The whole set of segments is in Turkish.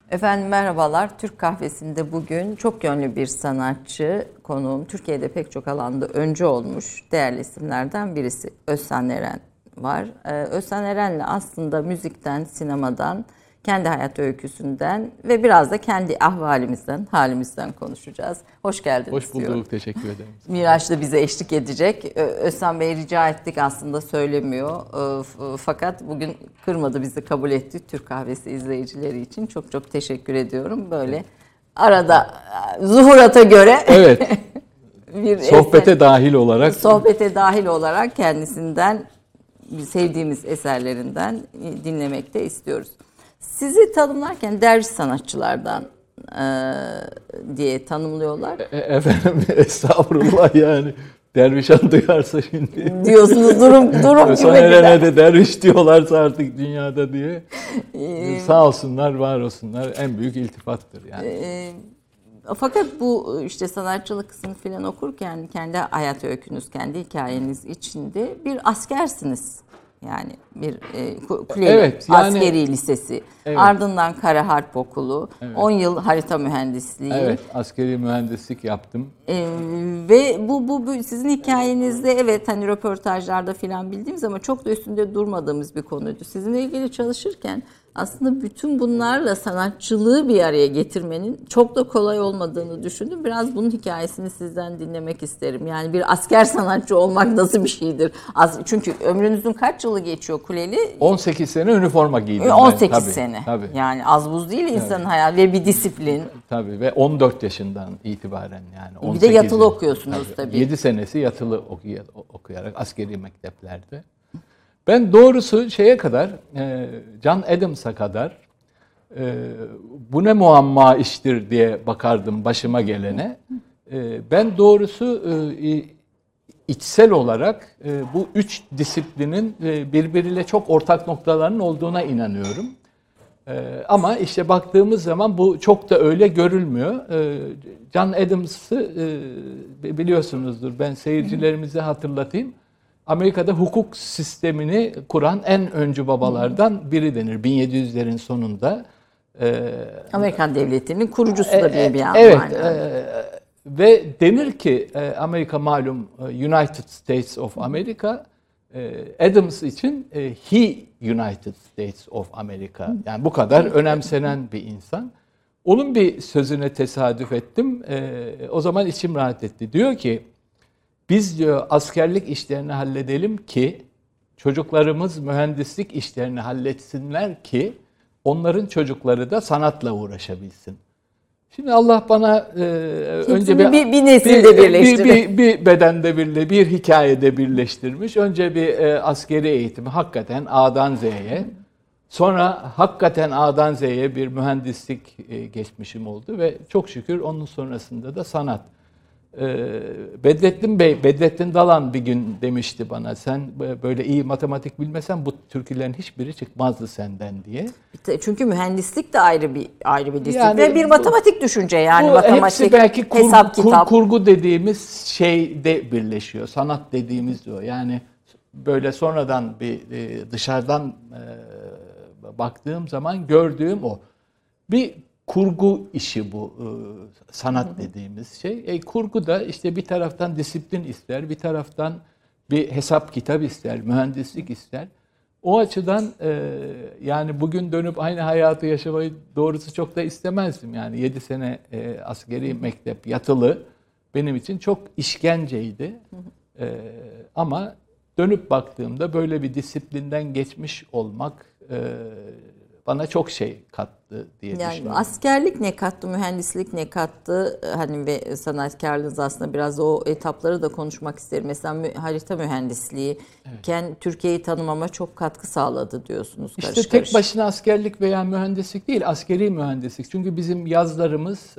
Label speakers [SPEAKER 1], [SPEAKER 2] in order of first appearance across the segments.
[SPEAKER 1] Efendim merhabalar. Türk Kahvesi'nde bugün çok yönlü bir sanatçı konuğum. Türkiye'de pek çok alanda öncü olmuş değerli isimlerden birisi Özhan Eren var. Özhan Eren'le aslında müzikten, sinemadan, kendi hayat öyküsünden ve biraz da kendi ahvalimizden, halimizden konuşacağız. Hoş geldiniz.
[SPEAKER 2] Hoş bulduk,
[SPEAKER 1] diyorum.
[SPEAKER 2] teşekkür ederim.
[SPEAKER 1] Miraç da bize eşlik edecek. Özhan Bey rica ettik, aslında söylemiyor. Fakat bugün kırmadı bizi, kabul etti. Türk Kahvesi izleyicileri için çok çok teşekkür ediyorum. Böyle arada zuhurata göre
[SPEAKER 2] Evet,
[SPEAKER 1] bir
[SPEAKER 2] sohbete dahil olarak
[SPEAKER 1] kendisinden sevdiğimiz eserlerinden dinlemekte istiyoruz. Sizi tanımlarken derviş sanatçılardan diye tanımlıyorlar.
[SPEAKER 2] Efendim estağfurullah yani. Dervişan duyarsa şimdi.
[SPEAKER 1] Diyorsunuz durum
[SPEAKER 2] Özhan
[SPEAKER 1] gibi
[SPEAKER 2] Eren'e
[SPEAKER 1] gider.
[SPEAKER 2] de derviş diyorlarsa artık dünyada diye. Sağ olsunlar, var olsunlar. En büyük iltifattır yani.
[SPEAKER 1] Fakat bu işte sanatçılık kısmını falan okurken kendi hayat öykünüz, kendi hikayeniz içinde bir askersiniz. Yani bir Kuleli
[SPEAKER 2] Evet, yani,
[SPEAKER 1] Askeri Lisesi,
[SPEAKER 2] evet.
[SPEAKER 1] Ardından Kara Harp Okulu,
[SPEAKER 2] Evet.
[SPEAKER 1] 10 yıl harita mühendisliği.
[SPEAKER 2] Evet, askeri mühendislik yaptım.
[SPEAKER 1] Ve bu sizin hikayenizde, evet, hani röportajlarda falan bildiğimiz ama çok da üstünde durmadığımız bir konuydu. Sizinle ilgili çalışırken aslında bütün bunlarla sanatçılığı bir araya getirmenin çok da kolay olmadığını düşündüm. Biraz bunun hikayesini sizden dinlemek isterim. Yani bir asker sanatçı olmak nasıl bir şeydir? Çünkü ömrünüzün kaç yılı geçiyor Kuleli?
[SPEAKER 2] 18 sene üniforma giydim
[SPEAKER 1] 18
[SPEAKER 2] ben.
[SPEAKER 1] sene.
[SPEAKER 2] Tabii.
[SPEAKER 1] Yani az buz değil insanın hayatı ve bir disiplin.
[SPEAKER 2] Tabii ve 14 yaşından itibaren yani.
[SPEAKER 1] Bir de yatılı okuyorsunuz tabii.
[SPEAKER 2] 7 senesi yatılı okuyarak askeri mekteplerde. Ben doğrusu şeye kadar, John Adams'a kadar bu ne muamma iştir diye bakardım başıma gelene. Ben doğrusu içsel olarak bu üç disiplinin birbiriyle çok ortak noktalarının olduğuna inanıyorum. Ama işte baktığımız zaman bu çok da öyle görülmüyor. John Adams'ı biliyorsunuzdur, ben seyircilerimize hatırlatayım. Amerika'da hukuk sistemini kuran en öncü babalardan biri denir 1700'lerin sonunda.
[SPEAKER 1] Amerikan Devleti'nin kurucusu da bir anlamda.
[SPEAKER 2] Evet. Ve denir ki Amerika malum United States of America, Adams için he United States of America. Yani bu kadar önemsenen bir insan. Onun bir sözüne tesadüf ettim. O zaman içim rahat etti. Diyor ki, biz diyor askerlik işlerini halledelim ki çocuklarımız mühendislik işlerini halletsinler ki onların çocukları da sanatla uğraşabilsin. Şimdi Allah bana önce
[SPEAKER 1] bir nesilde birleştirdi.
[SPEAKER 2] Bir bedende bir hikayede birleştirmiş. Önce bir askeri eğitimi hakikaten A'dan Z'ye. Sonra hakikaten A'dan Z'ye bir mühendislik geçmişim oldu ve çok şükür onun sonrasında da sanat. Bedrettin Dalan bir gün demişti bana, sen böyle iyi matematik bilmesen bu türkülerin hiçbiri çıkmazdı senden diye.
[SPEAKER 1] Çünkü mühendislik de ayrı bir disiplin
[SPEAKER 2] Yani
[SPEAKER 1] ve bir matematik düşünce, yani
[SPEAKER 2] bu
[SPEAKER 1] matematik,
[SPEAKER 2] hepsi belki
[SPEAKER 1] hesap, kitap.
[SPEAKER 2] Kurgu dediğimiz şeyde birleşiyor. Sanat dediğimiz o. Yani böyle sonradan bir dışarıdan baktığım zaman gördüğüm o. Bir kurgu işi bu sanat dediğimiz şey. Kurgu da işte bir taraftan disiplin ister, bir taraftan bir hesap kitap ister, mühendislik ister. O açıdan yani bugün dönüp aynı hayatı yaşamayı doğrusu çok da istemezdim. Yani 7 sene askeri mektep yatılı benim için çok işkenceydi. Ama dönüp baktığımda böyle bir disiplinden geçmiş olmak bana çok şey kattı diye düşünüyorum.
[SPEAKER 1] Yani askerlik ne kattı, mühendislik ne kattı? Hani ve sanatkarlığınız aslında biraz o etapları da konuşmak isterim. Mesela harita mühendisliği Türkiye'yi tanımama çok katkı sağladı diyorsunuz.
[SPEAKER 2] İşte tek başına askerlik veya mühendislik değil, askeri mühendislik. Çünkü bizim yazlarımız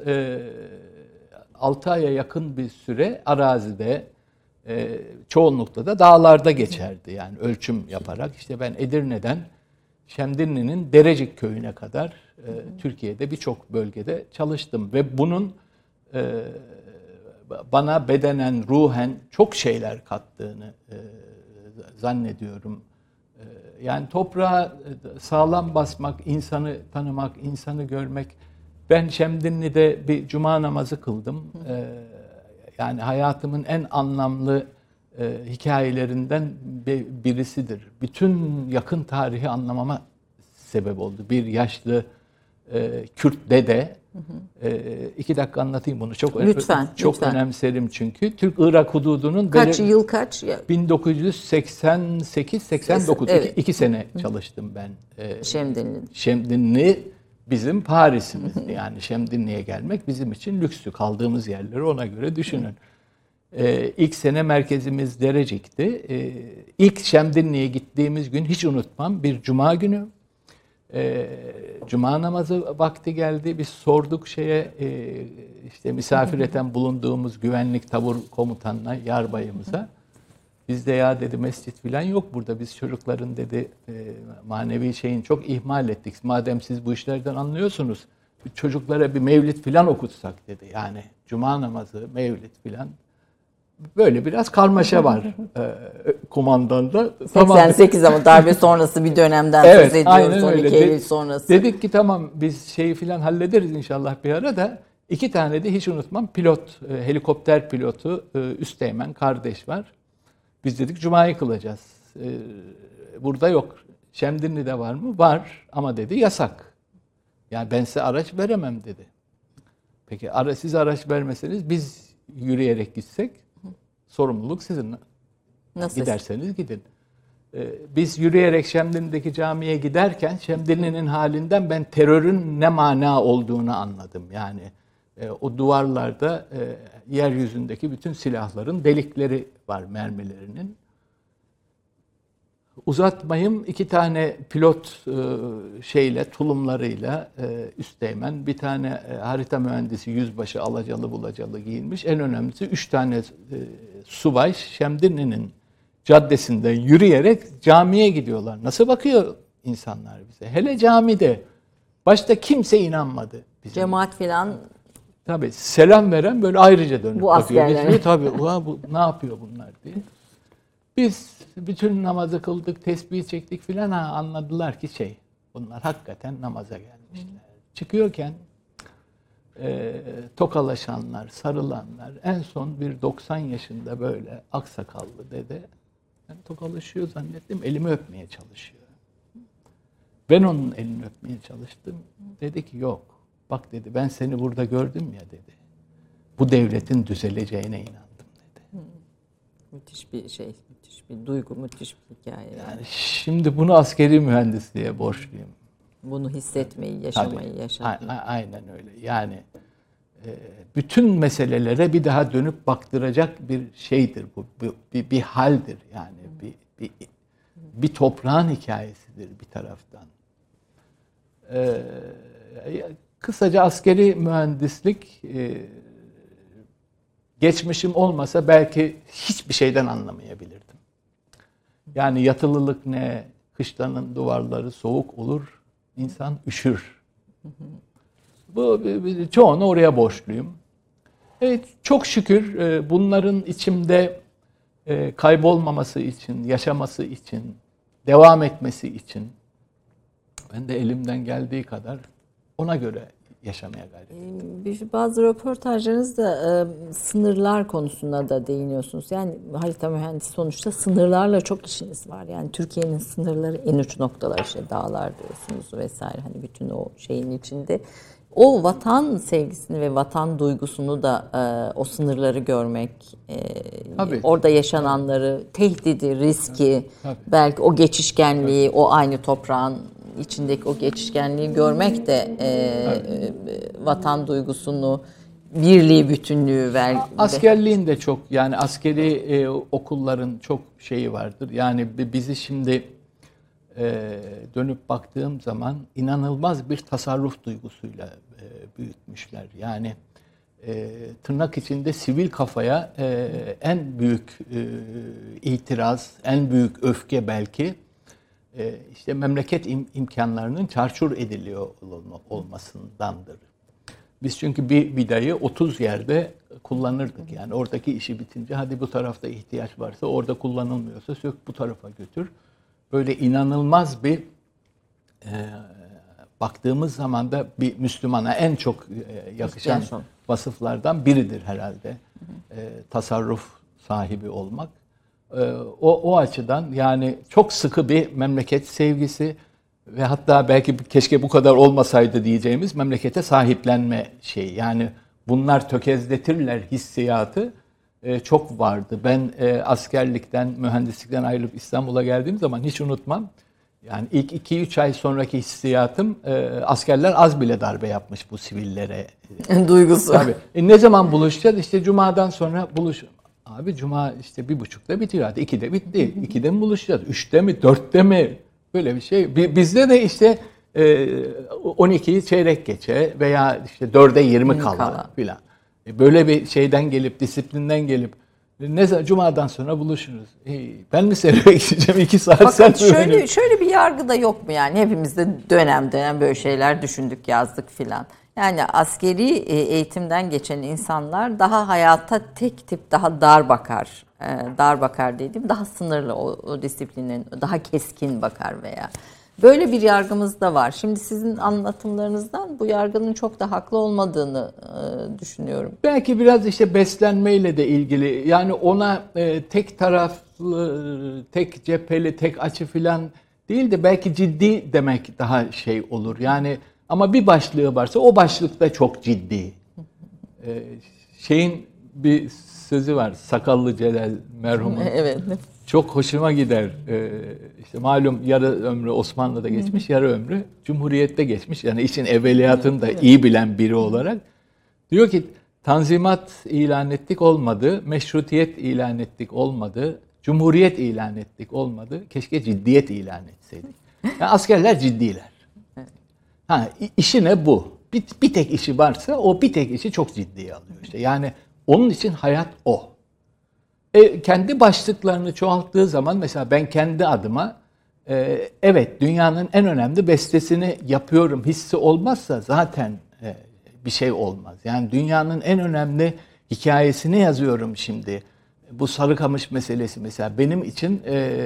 [SPEAKER 2] 6 aya yakın bir süre arazide, çoğunlukla da dağlarda geçerdi. Yani ölçüm yaparak işte ben Edirne'den Şemdinli'nin Derecik köyüne kadar Türkiye'de birçok bölgede çalıştım ve bunun bana bedenen, ruhen çok şeyler kattığını zannediyorum. Yani toprağa sağlam basmak, insanı tanımak, insanı görmek. Ben Şemdinli'de bir cuma namazı kıldım. Yani hayatımın en anlamlı hikayelerinden birisidir. Bütün yakın tarihi anlamama sebep oldu. Bir yaşlı Kürt dede, 2 dakika anlatayım bunu.
[SPEAKER 1] Lütfen.
[SPEAKER 2] Önemserim çünkü. Türk-Irak hududunun
[SPEAKER 1] yıl kaç?
[SPEAKER 2] 1988-89
[SPEAKER 1] Evet.
[SPEAKER 2] 2 sene çalıştım ben.
[SPEAKER 1] Şemdinli'de.
[SPEAKER 2] Şemdinli bizim Paris'imizdi. Yani Şemdinli'ye gelmek bizim için lükstü. Kaldığımız yerleri ona göre düşünün. İlk sene merkezimiz Derecik'ti. İlk Şemdinli'ye gittiğimiz gün hiç unutmam. Bir cuma günü. Cuma namazı vakti geldi. Biz sorduk işte misafireten bulunduğumuz güvenlik tabur komutanına, yarbayımıza. Biz de ya dedi mescit falan yok burada. Biz çocukların dedi manevi şeyini çok ihmal ettik. Madem siz bu işlerden anlıyorsunuz çocuklara bir mevlid falan okutsak dedi. Yani cuma namazı, mevlid falan. Böyle biraz karmaşa var kumandanda.
[SPEAKER 1] 88 ama darbe sonrası bir dönemden söz ediyoruz. 12 Eylül sonrası.
[SPEAKER 2] Dedik ki tamam biz şeyi falan hallederiz inşallah bir ara da. 2 tane de hiç unutmam pilot, helikopter pilotu Üsteğmen kardeş var. Biz dedik Cuma'yı kılacağız. Burada yok. Şemdinli'de var mı? Var ama dedi yasak. Yani ben size araç veremem dedi. Peki siz araç vermeseniz biz yürüyerek gitsek sorumluluk sizin.
[SPEAKER 1] Nasıl?
[SPEAKER 2] Giderseniz gidin. Biz yürüyerek Şemdinli'deki camiye giderken Şemdinli'nin halinden ben terörün ne mana olduğunu anladım. Yani o duvarlarda yeryüzündeki bütün silahların delikleri var, mermilerinin. Uzatmayayım, 2 tane pilot tulumlarıyla Üsteğmen, bir tane harita mühendisi yüzbaşı alacalı bulacalı giyinmiş. En önemlisi 3 tane subay Şemdinli'nin caddesinden yürüyerek camiye gidiyorlar. Nasıl bakıyor insanlar bize? Hele camide. Başta kimse inanmadı bize.
[SPEAKER 1] Cemaat filan.
[SPEAKER 2] Tabii selam veren böyle ayrıca dönüp
[SPEAKER 1] bu
[SPEAKER 2] bakıyor.
[SPEAKER 1] Askerler.
[SPEAKER 2] Tabii ne yapıyor bunlar diye. Biz bütün namazı kıldık, tesbih çektik filan, anladılar ki bunlar hakikaten namaza gelmişler. Çıkıyorken tokalaşanlar, sarılanlar, en son bir 90 yaşında böyle aksakallı dede, ben tokalaşıyor zannettim, elimi öpmeye çalışıyor. Ben onun elini öpmeye çalıştım. Dedi ki yok, bak dedi ben seni burada gördüm ya dedi. Bu devletin düzeleceğine inandım dedi.
[SPEAKER 1] Müthiş bir müthiş bir duygu, müthiş bir hikaye.
[SPEAKER 2] Yani şimdi bunu askeri mühendisliğe borçluyum.
[SPEAKER 1] Bunu hissetmeyi, yaşamayı, yaşatmayı.
[SPEAKER 2] Aynen öyle. Yani bütün meselelere bir daha dönüp baktıracak bir şeydir bu. Bir haldir yani. Bir toprağın hikayesidir bir taraftan. Kısaca askeri mühendislik geçmişim olmasa belki hiçbir şeyden anlamayabilirdim. Yani yatılılık ne, kışlanın duvarları soğuk olur, insan üşür. Bu çoğunu oraya borçluyum. Evet, çok şükür bunların içimde kaybolmaması için, yaşaması için, devam etmesi için ben de elimden geldiği kadar ona göre yaşamaya gayret ediyorum.
[SPEAKER 1] Bazı röportajlarınızda sınırlar konusuna da değiniyorsunuz. Yani harita mühendisi sonuçta sınırlarla çok işiniz var. Yani Türkiye'nin sınırları en uç noktalar, dağlar diyorsunuz vesaire. Hani bütün o şeyin içinde. O vatan sevgisini ve vatan duygusunu da o sınırları görmek, orada yaşananları, tehdidi, riski, belki o geçişkenliği, o aynı toprağın içindeki o geçişkenliği görmek de vatan duygusunu, birliği, bütünlüğü
[SPEAKER 2] Askerliğin de çok, yani askeri okulların çok şeyi vardır. Yani bizi şimdi dönüp baktığım zaman inanılmaz bir tasarruf duygusuyla büyütmüşler. Yani tırnak içinde sivil kafaya en büyük itiraz, en büyük öfke belki işte memleket imkanlarının çarçur ediliyor olmasındandır. Biz çünkü bir vidayı 30 yerde kullanırdık. Yani oradaki işi bitince hadi bu tarafta ihtiyaç varsa, orada kullanılmıyorsa sök bu tarafa götür. böyle inanılmaz bir baktığımız zaman da bir Müslümana en çok yakışan vasıflardan biridir herhalde. Tasarruf sahibi olmak. O açıdan yani çok sıkı bir memleket sevgisi ve hatta belki keşke bu kadar olmasaydı diyeceğimiz memlekete sahiplenme şeyi. Yani bunlar tökezletirler hissiyatı çok vardı. Ben askerlikten, mühendislikten ayrılıp İstanbul'a geldiğim zaman hiç unutmam. Yani ilk 2-3 ay sonraki hissiyatım askerler az bile darbe yapmış bu sivillere.
[SPEAKER 1] Duygusu.
[SPEAKER 2] Tabii. Ne zaman buluşacağız? İşte Cuma'dan sonra Abi Cuma işte 1.30'da bitiyor. Hadi 2'de bitti. 2'de mi buluşacağız? 3'te mi? 4'te mi? Böyle bir şey. Bizde de işte 12'yi çeyrek geçe veya işte 4'e 20 kala filan. Böyle bir şeyden gelip, disiplinden gelip Cuma'dan sonra buluşuruz. Ben mi seni bekleyeceğim 2 saat?
[SPEAKER 1] Fakat şöyle bir yargı da yok mu yani? Hepimiz de dönem böyle şeyler düşündük, yazdık filan. Yani askeri eğitimden geçen insanlar daha hayata tek tip, daha dar bakar. Dar bakar dediğim daha sınırlı o disiplinin, daha keskin bakar veya. Böyle bir yargımız da var. Şimdi sizin anlatımlarınızdan bu yargının çok da haklı olmadığını düşünüyorum.
[SPEAKER 2] Belki biraz işte beslenmeyle de ilgili. Yani ona tek taraflı, tek cepheli, tek açı filan değil de belki ciddi demek daha şey olur. Yani ama bir başlığı varsa o başlıkta çok ciddi. Şeyin bir sözü var. Sakallı Celal merhumun.
[SPEAKER 1] Evet.
[SPEAKER 2] Çok hoşuma gider. İşte malum yarı ömrü Osmanlı'da geçmiş, yarı ömrü Cumhuriyet'te geçmiş. Yani işin evveliyatını da iyi bilen biri olarak. Diyor ki Tanzimat ilan ettik olmadı, meşrutiyet ilan ettik olmadı, Cumhuriyet ilan ettik olmadı, keşke ciddiyet ilan etseydik. Yani askerler ciddiler. İşi ne bu? Bir tek işi varsa o bir tek işi çok ciddiye alıyor işte. Yani onun için hayat o. Kendi başlıklarını çoğalttığı zaman mesela ben kendi adıma evet dünyanın en önemli bestesini yapıyorum hissi olmazsa zaten bir şey olmaz. Yani dünyanın en önemli hikayesini yazıyorum şimdi. Bu Sarıkamış meselesi mesela benim için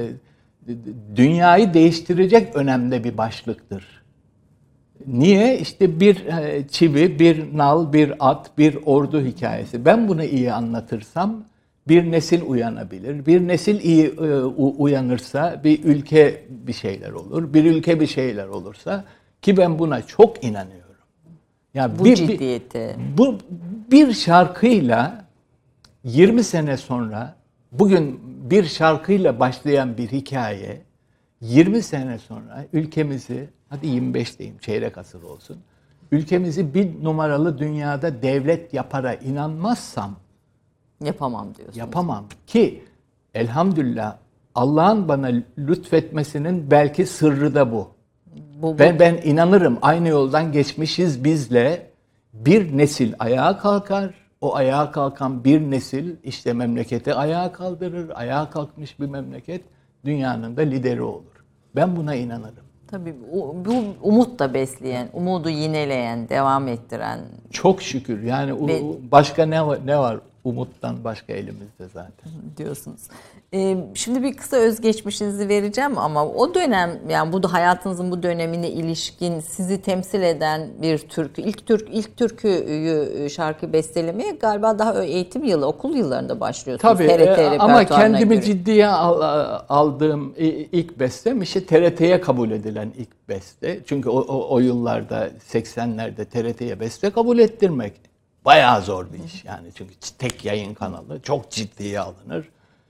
[SPEAKER 2] dünyayı değiştirecek önemli bir başlıktır. Niye? İşte bir çivi, bir nal, bir at, bir ordu hikayesi. Ben bunu iyi anlatırsam bir nesil uyanabilir. Bir nesil iyi uyanırsa bir ülke bir şeyler olur. Bir ülke bir şeyler olursa ki ben buna çok inanıyorum. Ya
[SPEAKER 1] bu ciddiyeti.
[SPEAKER 2] Bu bir şarkıyla 20 sene sonra bugün bir şarkıyla başlayan bir hikaye 20 sene sonra ülkemizi hadi 25 diyeyim çeyrek asır olsun. Ülkemizi bir numaralı dünyada devlet yapara inanmazsam
[SPEAKER 1] yapamam diyorsunuz.
[SPEAKER 2] Yapamam ki elhamdülillah Allah'ın bana lütfetmesinin belki sırrı da bu. Ben inanırım aynı yoldan geçmişiz bizle bir nesil ayağa kalkar. O ayağa kalkan bir nesil işte memleketi ayağa kaldırır. Ayağa kalkmış bir memleket dünyanın da lideri olur. Ben buna inanırım.
[SPEAKER 1] Tabii bu umut da besleyen, umudu yineleyen, devam ettiren.
[SPEAKER 2] Çok şükür yani başka ne var? Umuttan başka elimizde zaten.
[SPEAKER 1] Diyorsunuz. Şimdi bir kısa özgeçmişinizi vereceğim ama o dönem yani bu da hayatınızın bu dönemine ilişkin sizi temsil eden bir türkü, ilk türküyü şarkı bestelemeye galiba daha eğitim yılı, okul yıllarında başlıyorsunuz.
[SPEAKER 2] Tabii ama kendimi ciddiye aldığım ilk bestem işte TRT'ye kabul edilen ilk beste. Çünkü o yıllarda 80'lerde TRT'ye beste kabul ettirmek bayağı zor bir iş yani çünkü tek yayın kanalı çok ciddiye alınır.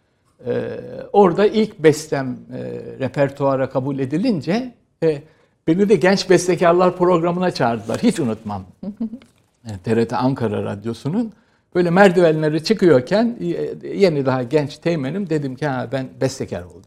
[SPEAKER 2] Orada ilk bestem repertuara kabul edilince beni de Genç Bestekarlar programına çağırdılar. Hiç unutmam. TRT Ankara Radyosu'nun böyle merdivenleri çıkıyorken yeni daha genç teğmenim dedim ki ben bestekar oldum.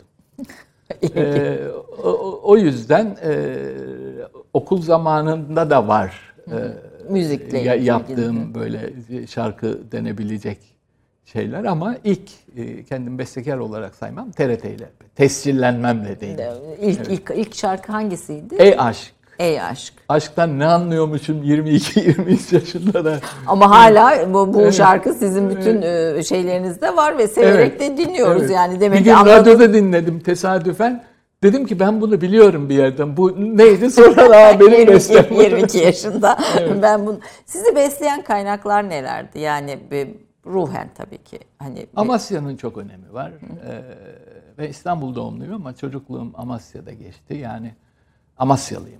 [SPEAKER 2] O yüzden okul zamanında da var.
[SPEAKER 1] Müzikle
[SPEAKER 2] yaptığım böyle şarkı denebilecek şeyler ama ilk kendim bestekar olarak saymam TRT ile tescillenmemle değil.
[SPEAKER 1] İlk şarkı hangisiydi?
[SPEAKER 2] Ey aşk.
[SPEAKER 1] Ey aşk.
[SPEAKER 2] Aşktan ne anlıyormuşum 22-23 yaşında da.
[SPEAKER 1] Ama hala bu şarkı sizin bütün şeylerinizde var ve severek de dinliyoruz yani demek
[SPEAKER 2] bir
[SPEAKER 1] ki
[SPEAKER 2] gün radyoda dinledim tesadüfen. Dedim ki ben bunu biliyorum bir yerden. Bu neydi? Sonra benim beslemem.
[SPEAKER 1] 22 yaşında.
[SPEAKER 2] Evet.
[SPEAKER 1] Ben bunu. Sizi besleyen kaynaklar nelerdi? Yani ruhen tabii ki. Hani
[SPEAKER 2] Amasya'nın çok önemi var. Ve İstanbul doğumluyum ama çocukluğum Amasya'da geçti. Yani Amasyalıyım.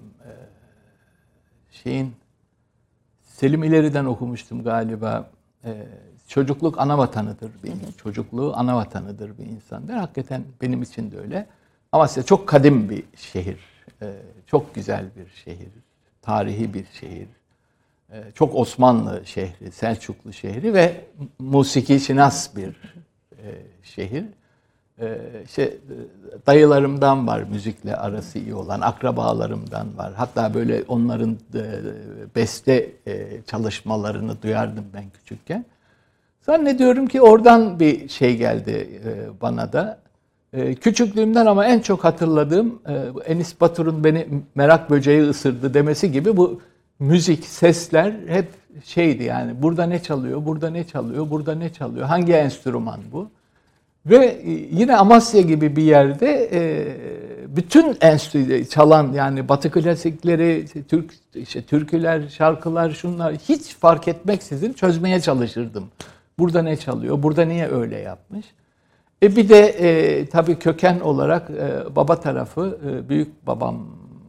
[SPEAKER 2] Selim İleri'den okumuştum galiba. Çocukluk ana vatanıdır benim. Çocukluğu ana vatanıdır bir insandır. Hakikaten benim için de öyle. Amasya çok kadim bir şehir. Çok güzel bir şehir. Tarihi bir şehir. Çok Osmanlı şehri, Selçuklu şehri ve musiki şinas bir şehir. Dayılarımdan var müzikle arası iyi olan, akrabalarımdan var. Hatta böyle onların beste çalışmalarını duyardım ben küçükken. Zannediyorum ki oradan bir şey geldi bana da. Küçüklüğümden ama en çok hatırladığım Enis Batur'un beni merak böceği ısırdı demesi gibi bu müzik, sesler hep şeydi yani. Burada ne çalıyor, burada ne çalıyor, burada ne çalıyor, hangi enstrüman bu? Ve yine Amasya gibi bir yerde bütün enstrümanı çalan yani Batı klasikleri, türküler, şarkılar, şunlar hiç fark etmeksizin çözmeye çalışırdım. Burada ne çalıyor, burada niye öyle yapmış? Bir de tabii köken olarak baba tarafı büyük babam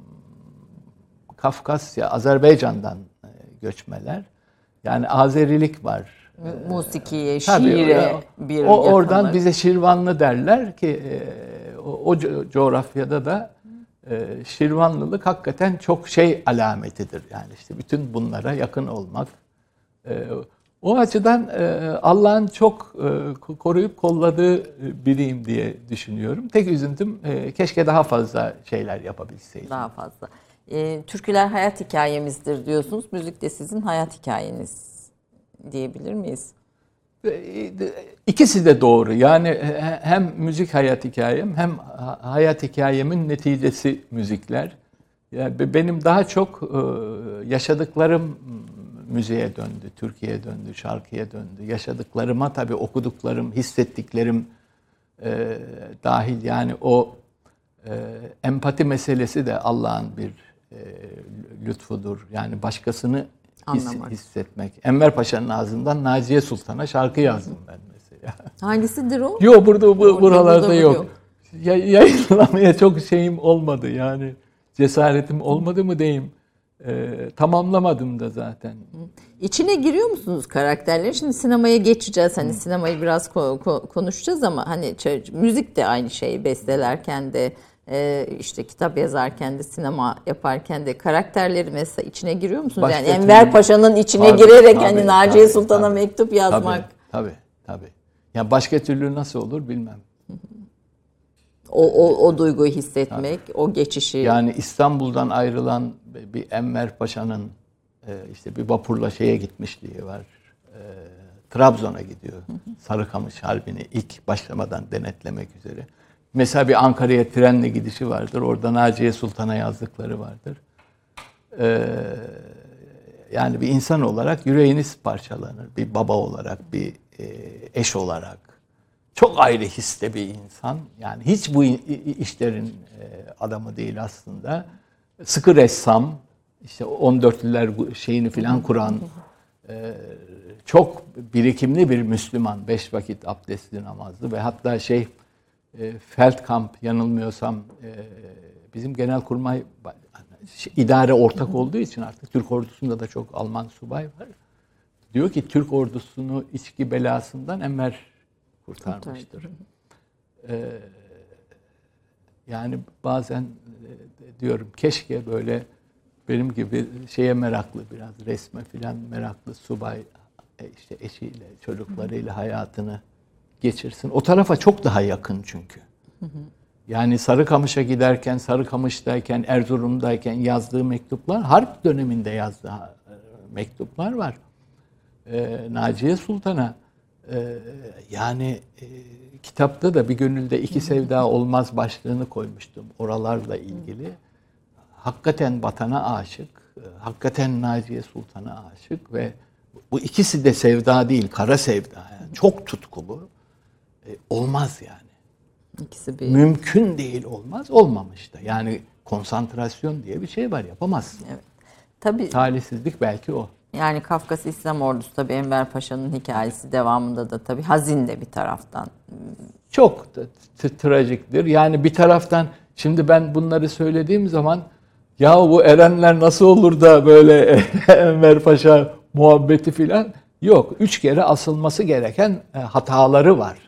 [SPEAKER 2] Kafkasya, Azerbaycan'dan göçmeler. Yani Azerilik var.
[SPEAKER 1] Musikiye,
[SPEAKER 2] Tabii,
[SPEAKER 1] şiire bir
[SPEAKER 2] oradan
[SPEAKER 1] yakınlık.
[SPEAKER 2] bize Şirvanlı derler ki o coğrafyada da Şirvanlılık hakikaten çok şey alametidir. Yani işte bütün bunlara yakın olmak. O açıdan Allah'ın çok koruyup kolladığı biriyim diye düşünüyorum. Tek üzüntüm keşke daha fazla şeyler yapabilseydim.
[SPEAKER 1] Daha fazla. Türküler hayat hikayemizdir diyorsunuz. Müzik de sizin hayat hikayeniz diyebilir miyiz?
[SPEAKER 2] İkisi de doğru. Yani hem müzik hayat hikayem hem hayat hikayemin neticesi müzikler. Yani benim daha çok yaşadıklarım müziğe döndü, Türkiye'ye döndü, şarkıya döndü. Yaşadıklarıma tabii okuduklarım, hissettiklerim dahil. Yani o empati meselesi de Allah'ın bir lütfudur. Yani başkasını hissetmek. Enver Paşa'nın ağzından Naciye Sultan'a şarkı yazdım ben mesela.
[SPEAKER 1] Hangisidir o?
[SPEAKER 2] Yok buralarda yok. Yayınlamaya çok şeyim olmadı yani. Cesaretim olmadı mı diyeyim. Tamamlamadım da zaten.
[SPEAKER 1] İçine giriyor musunuz karakterlerin? Şimdi sinemaya geçeceğiz. Hani sinemayı biraz konuşacağız ama hani müzik de aynı şey. Bestelerken de işte kitap yazarken de sinema yaparken de karakterleri mesela içine giriyor musunuz?
[SPEAKER 2] Başka
[SPEAKER 1] yani Enver Paşa'nın içine girerek hani Naciye Sultan'a mektup yazmak.
[SPEAKER 2] Tabii. Yani başka türlü nasıl olur bilmem.
[SPEAKER 1] O duyguyu hissetmek, o geçişi.
[SPEAKER 2] Yani İstanbul'dan ayrılan bir Enver Paşa'nın işte bir vapurla şeye gitmişliği var. Trabzon'a gidiyor. Sarıkamış Harbi'ni ilk başlamadan denetlemek üzere. Mesela bir Ankara'ya trenle gidişi vardır. Orada Naciye Sultan'a yazdıkları vardır. Yani bir insan olarak yüreğiniz parçalanır. Bir baba olarak, bir eş olarak. Çok ayrı histe bir insan. Yani hiç bu işlerin adamı değil aslında. Sıkı ressam. İşte 14'lüler şeyini filan kuran. Çok birikimli bir Müslüman. 5 vakit abdestli namazlı ve hatta Feldkamp yanılmıyorsam bizim Genelkurmay idare ortak olduğu için artık Türk ordusunda da çok Alman subay var. Diyor ki Türk ordusunu içki belasından Enver kurtarmıştır. Yani bazen diyorum keşke böyle benim gibi şeye meraklı biraz resme filan meraklı subay işte eşiyle çocuklarıyla hayatını geçirsin. O tarafa çok daha yakın çünkü. Yani Sarıkamış'a giderken, Sarıkamış'tayken, Erzurum'dayken yazdığı mektuplar, harp döneminde yazdığı mektuplar var. Naciye Sultan'a yani kitapta da bir gönülde iki sevda olmaz başlığını koymuştum oralarla ilgili. Hakikaten vatana aşık, hakikaten Naciye Sultan'a aşık ve bu ikisi de sevda değil, kara sevda. Yani çok tutkulu. Olmaz yani.
[SPEAKER 1] İkisi bir.
[SPEAKER 2] Mümkün değil, olmaz, olmamış da. Yani konsantrasyon diye bir şey var, yapamazsın.
[SPEAKER 1] Evet. Tabii.
[SPEAKER 2] Talihsizlik belki o.
[SPEAKER 1] Yani Kafkas İslam Ordusu tabii Enver Paşa'nın hikayesi devamında da tabii hazin de bir taraftan.
[SPEAKER 2] Çok trajiktir. Yani bir taraftan şimdi ben bunları söylediğim zaman ya bu erenler nasıl olur da böyle Enver Paşa muhabbeti filan yok. 3 kere asılması gereken hataları var.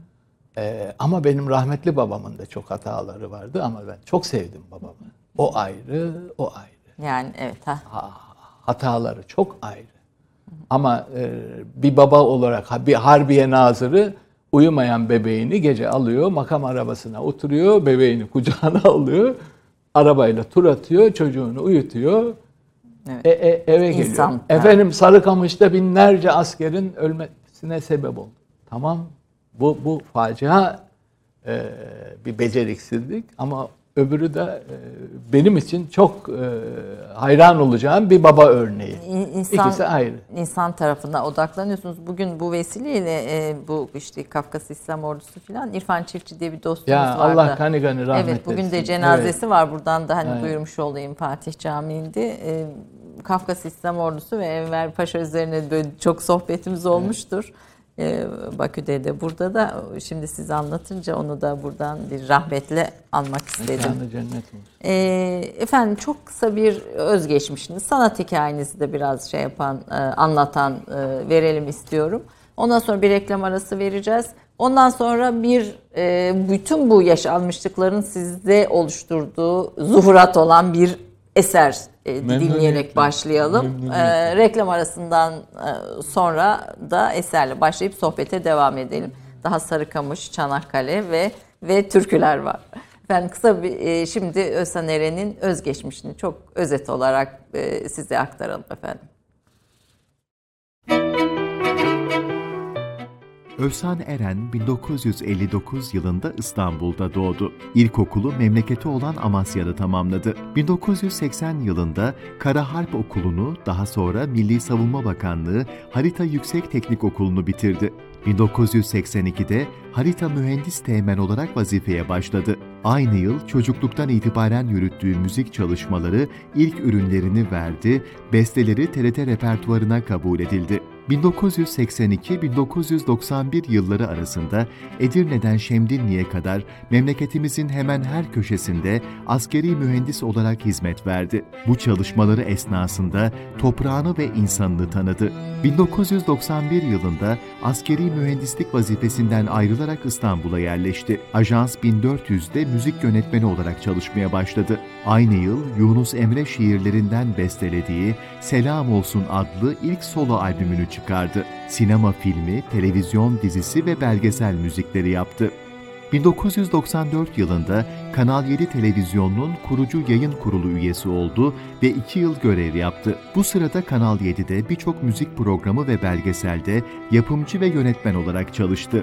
[SPEAKER 2] Ama benim rahmetli babamın da çok hataları vardı ama ben çok sevdim babamı. O ayrı, o ayrı.
[SPEAKER 1] Yani evet.
[SPEAKER 2] Hataları çok ayrı. Ama bir baba olarak bir harbiye nazırı uyumayan bebeğini gece alıyor, makam arabasına oturuyor, bebeğini kucağına alıyor, arabayla tur atıyor, çocuğunu uyutuyor,
[SPEAKER 1] Evet.
[SPEAKER 2] Eve geliyor.
[SPEAKER 1] İnsan.
[SPEAKER 2] Efendim Sarıkamış'ta binlerce askerin ölmesine sebep oldu. Tamam, bu facia bir beceriksizlik ama öbürü de benim için çok hayran olacağım bir baba örneği. İkisi ayrı.
[SPEAKER 1] İnsan tarafına odaklanıyorsunuz. Bugün bu vesileyle bu işte Kafkas İslam Ordusu falan İrfan Çiftçi diye bir dostumuz
[SPEAKER 2] Ya
[SPEAKER 1] vardı.
[SPEAKER 2] Allah gani gani rahmet
[SPEAKER 1] Evet, bugün
[SPEAKER 2] etsin.
[SPEAKER 1] de cenazesi
[SPEAKER 2] Evet.
[SPEAKER 1] var. Buradan da hani
[SPEAKER 2] Evet.
[SPEAKER 1] duyurmuş olayım, Fatih Camii'nde. Kafkas İslam Ordusu ve Enver Paşa üzerine böyle çok sohbetimiz olmuştur. Bakü'de de, burada da. Şimdi siz anlatınca onu da buradan bir rahmetle anmak istedim.
[SPEAKER 2] Mekanı cennet olsun.
[SPEAKER 1] Efendim çok kısa bir özgeçmişiniz, sanat hikayenizi de biraz anlatan verelim istiyorum. Ondan sonra bir reklam arası vereceğiz. Ondan sonra bütün bu yaşanmışlıkların sizde oluşturduğu zuhurat olan bir eser dinleyerek başlayalım. Reklam arasından sonra da eserle başlayıp sohbete devam edelim. Daha Sarıkamış, Çanakkale ve türküler var. Ben kısa şimdi Özhan Eren'in özgeçmişini çok özet olarak size aktaralım efendim.
[SPEAKER 3] Özhan Eren 1959 yılında İstanbul'da doğdu. İlkokulu memleketi olan Amasya'da tamamladı. 1980 yılında Kara Harp Okulu'nu, daha sonra Milli Savunma Bakanlığı Harita Yüksek Teknik Okulu'nu bitirdi. 1982'de harita mühendis teğmen olarak vazifeye başladı. Aynı yıl çocukluktan itibaren yürüttüğü müzik çalışmaları ilk ürünlerini verdi, besteleri TRT repertuarına kabul edildi. 1982-1991 yılları arasında Edirne'den Şemdinli'ye kadar memleketimizin hemen her köşesinde askeri mühendis olarak hizmet verdi. Bu çalışmaları esnasında toprağını ve insanını tanıdı. 1991 yılında askeri mühendislik vazifesinden ayrılarak İstanbul'a yerleşti. Ajans 1400'de müzik yönetmeni olarak çalışmaya başladı. Aynı yıl Yunus Emre şiirlerinden bestelediği Selam Olsun adlı ilk solo albümünü çıkardı. Sinema filmi, televizyon dizisi ve belgesel müzikleri yaptı. 1994 yılında Kanal 7 Televizyonu'nun kurucu yayın kurulu üyesi oldu ve 2 yıl görev yaptı. Bu sırada Kanal 7'de birçok müzik programı ve belgeselde yapımcı ve yönetmen olarak çalıştı.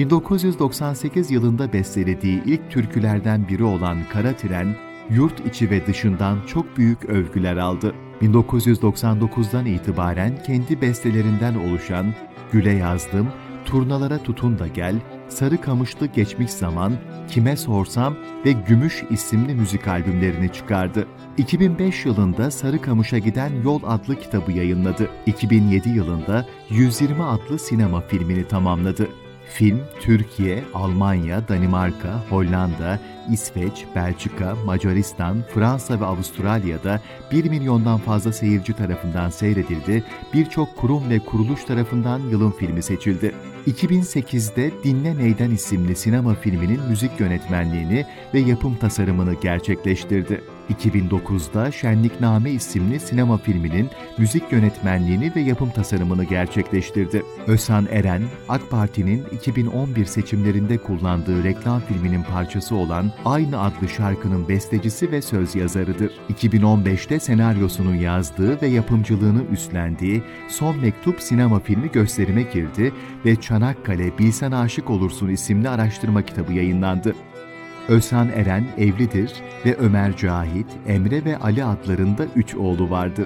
[SPEAKER 3] 1998 yılında bestelediği ilk türkülerden biri olan Kara Tren, yurt içi ve dışından çok büyük övgüler aldı. 1999'dan itibaren kendi bestelerinden oluşan Güle Yazdım, Turnalara Tutun da Gel, Sarıkamışlı Geçmiş Zaman, Kime Sorsam ve Gümüş isimli müzik albümlerini çıkardı. 2005 yılında Sarıkamış'a Giden Yol adlı kitabı yayınladı. 2007 yılında 120 adlı sinema filmini tamamladı. Film, Türkiye, Almanya, Danimarka, Hollanda, İsveç, Belçika, Macaristan, Fransa ve Avustralya'da 1 milyondan fazla seyirci tarafından seyredildi, birçok kurum ve kuruluş tarafından yılın filmi seçildi. 2008'de Dinle Neyden isimli sinema filminin müzik yönetmenliğini ve yapım tasarımını gerçekleştirdi. 2009'da Şenlikname isimli sinema filminin müzik yönetmenliğini ve yapım tasarımını gerçekleştirdi. Özhan Eren, AK Parti'nin 2011 seçimlerinde kullandığı reklam filminin parçası olan Aynı adlı şarkının bestecisi ve söz yazarıdır. 2015'te senaryosunu yazdığı ve yapımcılığını üstlendiği Son Mektup sinema filmi gösterime girdi ve Çanakkale Bilsen Aşık Olursun isimli araştırma kitabı yayınlandı. Özhan Eren evlidir ve Ömer Cahit, Emre ve Ali adlarında 3 oğlu vardır.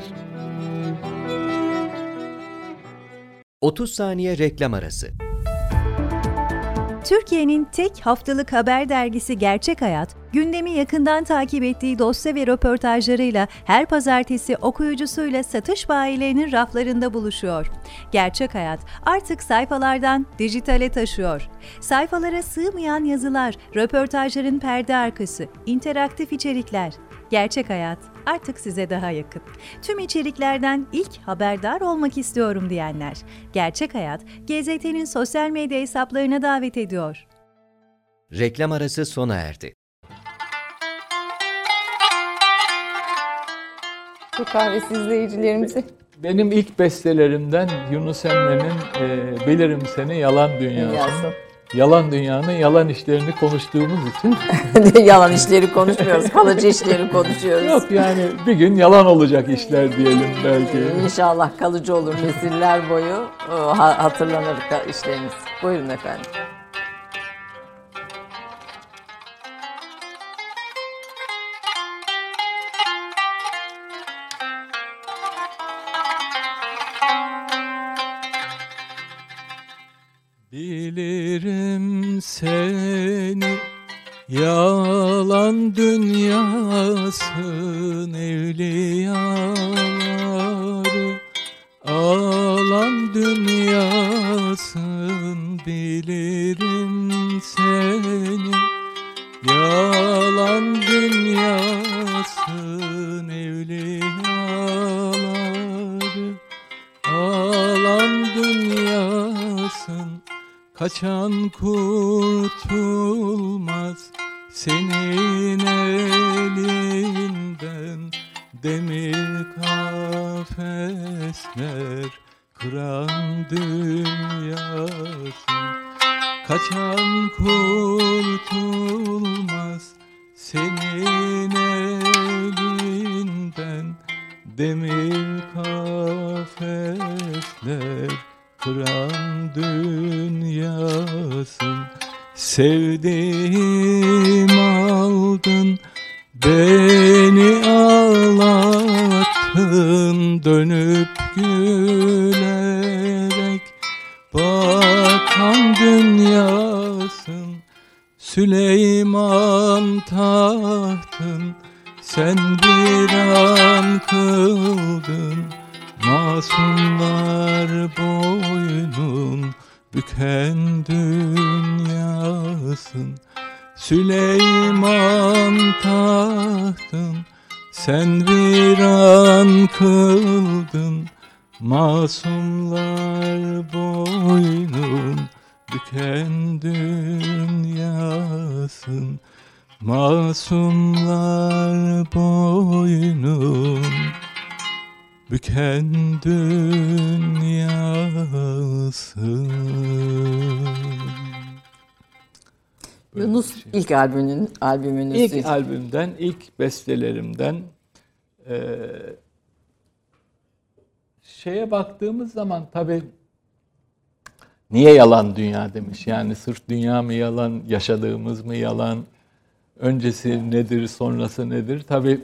[SPEAKER 4] 30 saniye reklam arası. Türkiye'nin tek haftalık haber dergisi Gerçek Hayat, gündemi yakından takip ettiği dosya ve röportajlarıyla her pazartesi okuyucusuyla satış bayilerinin raflarında buluşuyor. Gerçek Hayat artık sayfalardan dijitale taşıyor. Sayfalara sığmayan yazılar, röportajların perde arkası, interaktif içerikler. Gerçek Hayat artık size daha yakın. Tüm içeriklerden ilk haberdar olmak istiyorum diyenler. Gerçek Hayat, GZT'nin sosyal medya hesaplarına davet ediyor.
[SPEAKER 5] Reklam arası sona erdi.
[SPEAKER 1] Türk Kahvesi izleyicilerimizi.
[SPEAKER 2] Benim ilk bestelerimden Yunus Emre'nin Bilirim Seni Yalan Dünyası.
[SPEAKER 1] Yazsın.
[SPEAKER 2] Yalan dünyanın yalan işlerini konuştuğumuz için.
[SPEAKER 1] Yalan işleri konuşmuyoruz, kalıcı işleri konuşuyoruz.
[SPEAKER 2] Yok yani bir gün yalan olacak işler diyelim belki.
[SPEAKER 1] İnşallah kalıcı olur, nesiller boyu hatırlanır işleriniz. Buyurun efendim.
[SPEAKER 2] Bilirim seni yalan dünyasın evliyaları alan dünyasın bilirim seni yalan dünyasın evliyaları alan dünyasın kaçan kurtulmaz senin elinden demir kafesler kıran dünyasın kaçan kurtulmaz senin elinden demir kafesler kıran dünyasın sevdiğim aldın beni ağlattın dönüp gülerek bakan dünyasın Süleyman tahtın sen bir an kıldın masumlar boynun büken dünyasın Süleyman tahtın sen bir an kıldın masumlar boynun büken dünyasın masumlar boynun büken dünyasın.
[SPEAKER 1] Yunus ilk albümünüz.
[SPEAKER 2] İlk albümden, ilk bestelerimden şeye baktığımız zaman tabii niye yalan dünya demiş. Yani sırf dünya mı yalan, yaşadığımız mı yalan, öncesi nedir, sonrası nedir? Tabii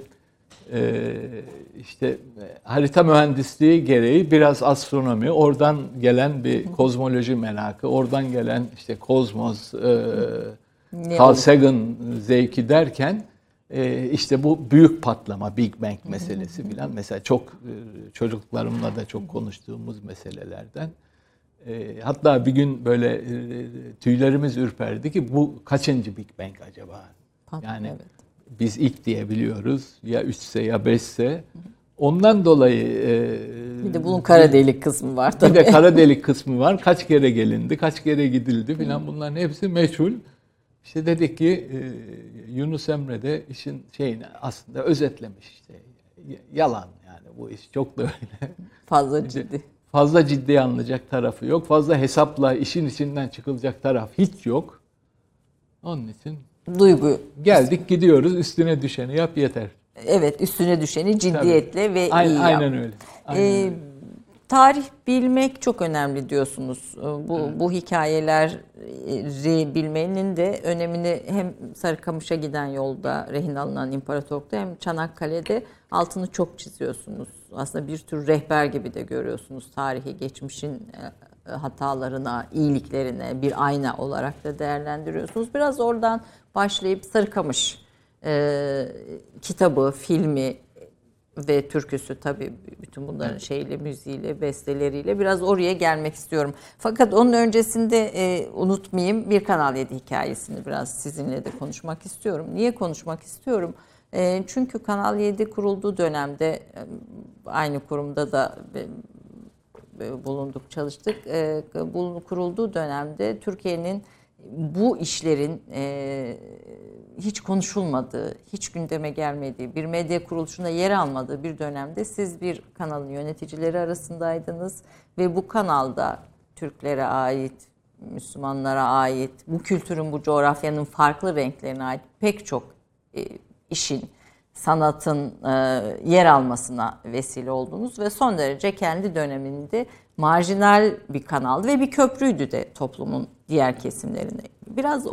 [SPEAKER 2] işte harita mühendisliği gereği biraz astronomi, oradan gelen bir kozmoloji merakı, oradan gelen işte kozmos, Carl Sagan zevki derken işte bu büyük patlama, Big Bang meselesi filan mesela çok çocuklarımla da çok konuştuğumuz meselelerden. Hatta bir gün böyle tüylerimiz ürperdi ki bu kaçıncı Big Bang acaba? Yani evet. Biz ilk diyebiliyoruz ya 3'se ya 5'se. Ondan dolayı
[SPEAKER 1] bir de bunun kara delik kısmı var tabii.
[SPEAKER 2] Bir de kara delik kısmı var. Kaç kere gelindi, kaç kere gidildi filan bunların hepsi meçhul. İşte dedik ki Yunus Emre de işin şeyini aslında özetlemiş işte. Yalan yani bu iş çok da öyle.
[SPEAKER 1] Fazla ciddi.
[SPEAKER 2] Fazla ciddiye alınacak tarafı yok. Fazla hesapla işin içinden çıkılacak taraf hiç yok. Onun için
[SPEAKER 1] duygu.
[SPEAKER 2] Geldik gidiyoruz üstüne düşeni yap yeter.
[SPEAKER 1] Evet üstüne düşeni ciddiyetle tabii. Ve iyi yap.
[SPEAKER 2] Aynen öyle. Aynen öyle.
[SPEAKER 1] Tarih bilmek çok önemli diyorsunuz. Bu hikayeleri bilmenin de önemini hem Sarıkamış'a giden yolda rehin alınan imparatorlukta hem Çanakkale'de altını çok çiziyorsunuz. Aslında bir tür rehber gibi de görüyorsunuz tarihi, geçmişin hatalarına, iyiliklerine bir ayna olarak da değerlendiriyorsunuz. Biraz oradan başlayıp Sarıkamış kitabı, filmi ve türküsü, tabii bütün bunların şeyle, müziğiyle, besteleriyle biraz oraya gelmek istiyorum. Fakat onun öncesinde unutmayayım, bir Kanal 7 hikayesini biraz sizinle de konuşmak istiyorum. Niye konuşmak istiyorum? Çünkü Kanal 7 kurulduğu dönemde aynı kurumda da bulunduk, çalıştık. Kurulduğu dönemde Türkiye'nin bu işlerin hiç konuşulmadığı, hiç gündeme gelmediği, bir medya kuruluşunda yer almadığı bir dönemde siz bir kanalın yöneticileri arasındaydınız ve bu kanalda Türklere ait, Müslümanlara ait, bu kültürün, bu coğrafyanın farklı renklerine ait pek çok işin, sanatın yer almasına vesile oldunuz ve son derece kendi döneminde marjinal bir kanal ve bir köprüydü de toplumun diğer kesimlerine. Biraz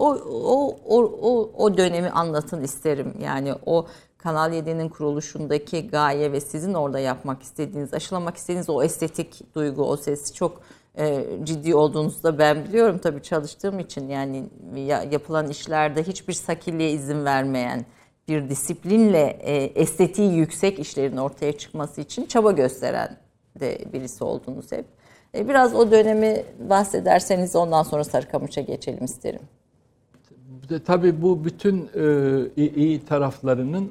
[SPEAKER 1] o dönemi anlatın isterim. Yani o Kanal 7'nin kuruluşundaki gaye ve sizin orada yapmak istediğiniz, aşılamak istediğiniz o estetik duygu, o ses çok ciddi olduğunuzu da ben biliyorum tabii çalıştığım için. Yani yapılan işlerde hiçbir sakilliğe izin vermeyen, bir disiplinle estetiği yüksek işlerin ortaya çıkması için çaba gösteren de birisi oldunuz hep. Biraz o dönemi bahsederseniz ondan sonra Sarıkamış'a geçelim isterim.
[SPEAKER 2] Tabii bu bütün iyi taraflarının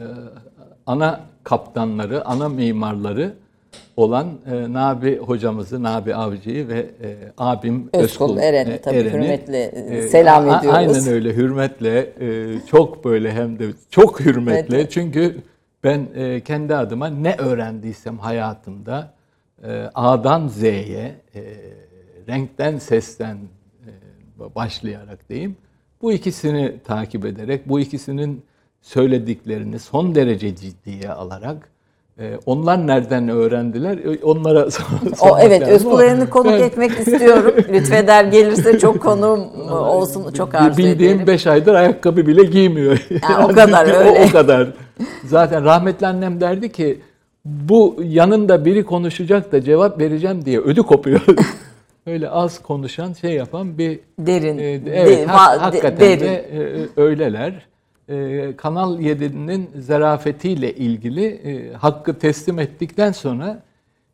[SPEAKER 2] ana kaptanları, ana mimarları olan Nabi hocamızı, Nabi Avcı'yı ve abim
[SPEAKER 1] Özkul Eren'i tabii hürmetle selam ediyoruz.
[SPEAKER 2] Aynen öyle, hürmetle, çok böyle hem de çok hürmetle. Evet. Çünkü ben kendi adıma ne öğrendiysem hayatımda A'dan Z'ye, renkten sesten başlayarak diyeyim, bu ikisini takip ederek, bu ikisinin söylediklerini son derece ciddiye alarak, onlar nereden öğrendiler? Onlara
[SPEAKER 1] evet, Özkul Eren'i konuk etmek istiyorum. Lütfeder gelirse çok konuğum olsun, çok arzu ederim.
[SPEAKER 2] Bildiğim 5 aydır ayakkabı bile giymiyor.
[SPEAKER 1] Yani o kadar öyle.
[SPEAKER 2] O kadar. Zaten rahmetli annem derdi ki, bu yanında biri konuşacak da cevap vereceğim diye ödü kopuyor. Öyle az konuşan, şey yapan bir...
[SPEAKER 1] Derin.
[SPEAKER 2] Evet, hakikaten derin. De öyleler. Kanal 7'nin zarafetiyle ilgili hakkı teslim ettikten sonra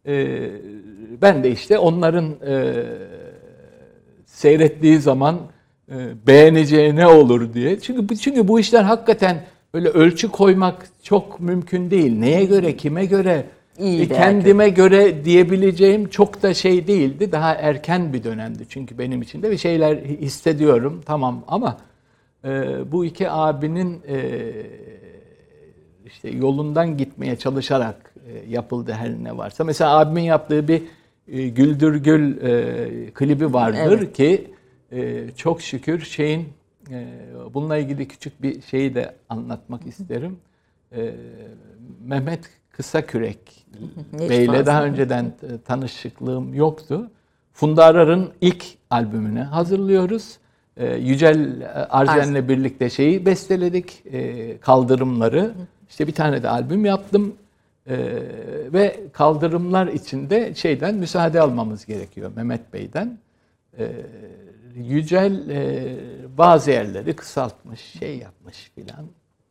[SPEAKER 2] ben de işte onların seyrettiği zaman beğeneceği ne olur diye. Çünkü bu işler hakikaten öyle ölçü koymak çok mümkün değil. Neye göre, kime göre, kendime göre diyebileceğim çok da şey değildi. Daha erken bir dönemdi çünkü benim için de bir şeyler hissediyorum, tamam, ama bu iki abinin işte yolundan gitmeye çalışarak yapıldı her ne varsa. Mesela abimin yaptığı bir Güldür Gül klibi vardır, evet, ki çok şükür bununla ilgili küçük bir şeyi de anlatmak isterim. Mehmet Kısakürek Bey'le daha önceden tanışıklığım yoktu. Funda Arar'ın ilk albümünü hazırlıyoruz. Yücel Arjen'le birlikte şeyi besteledik, kaldırımları. İşte bir tane de albüm yaptım ve kaldırımlar içinde müsaade almamız gerekiyor Mehmet Bey'den. Yücel bazı yerleri kısaltmış, şey yapmış filan.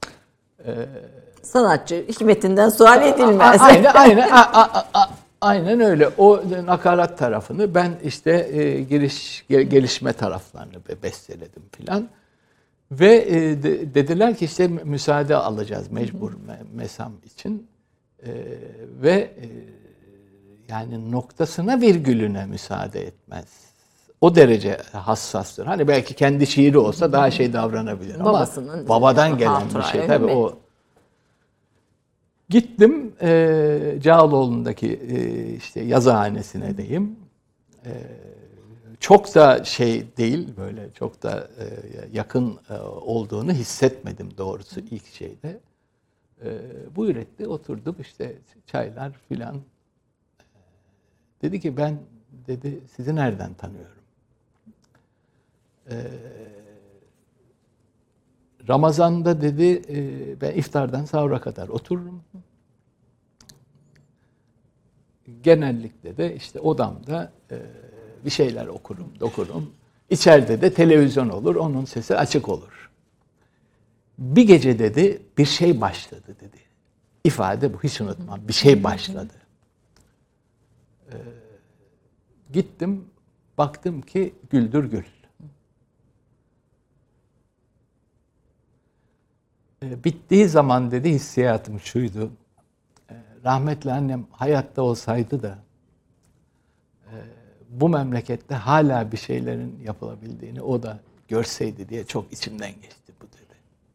[SPEAKER 1] Sanatçı hikmetinden sual edilmez.
[SPEAKER 2] Aynen öyle. O nakarat tarafını ben işte gelişme taraflarını besteledim filan. Ve dediler ki işte müsaade alacağız mecbur mesam için. Ve yani noktasına virgülüne müsaade etmez. O derece hassastır. Hani belki kendi şiiri olsa daha şey davranabilir ama babadan gelen bir şey. Tabii o. Gittim Cağaloğlu'ndaki işte yazıhanesine diyeyim. Çok da şey değil, böyle çok da yakın olduğunu hissetmedim doğrusu ilk şeyde. Buyur etti, oturduk işte çaylar filan. Dedi ki ben sizi nereden tanıyorum? Ramazan'da dedi ben iftardan sahura kadar otururum. Genellikle de işte odamda bir şeyler okurum. İçeride de televizyon olur, onun sesi açık olur. Bir gece dedi, bir şey başladı dedi. İfade bu, hiç unutmam. Bir şey başladı. Gittim, baktım ki Güldür Gül. Bittiği zaman dedi hissiyatım şuydu. Rahmetli annem hayatta olsaydı da bu memlekette hala bir şeylerin yapılabildiğini o da görseydi diye çok içimden geçti bu dedi.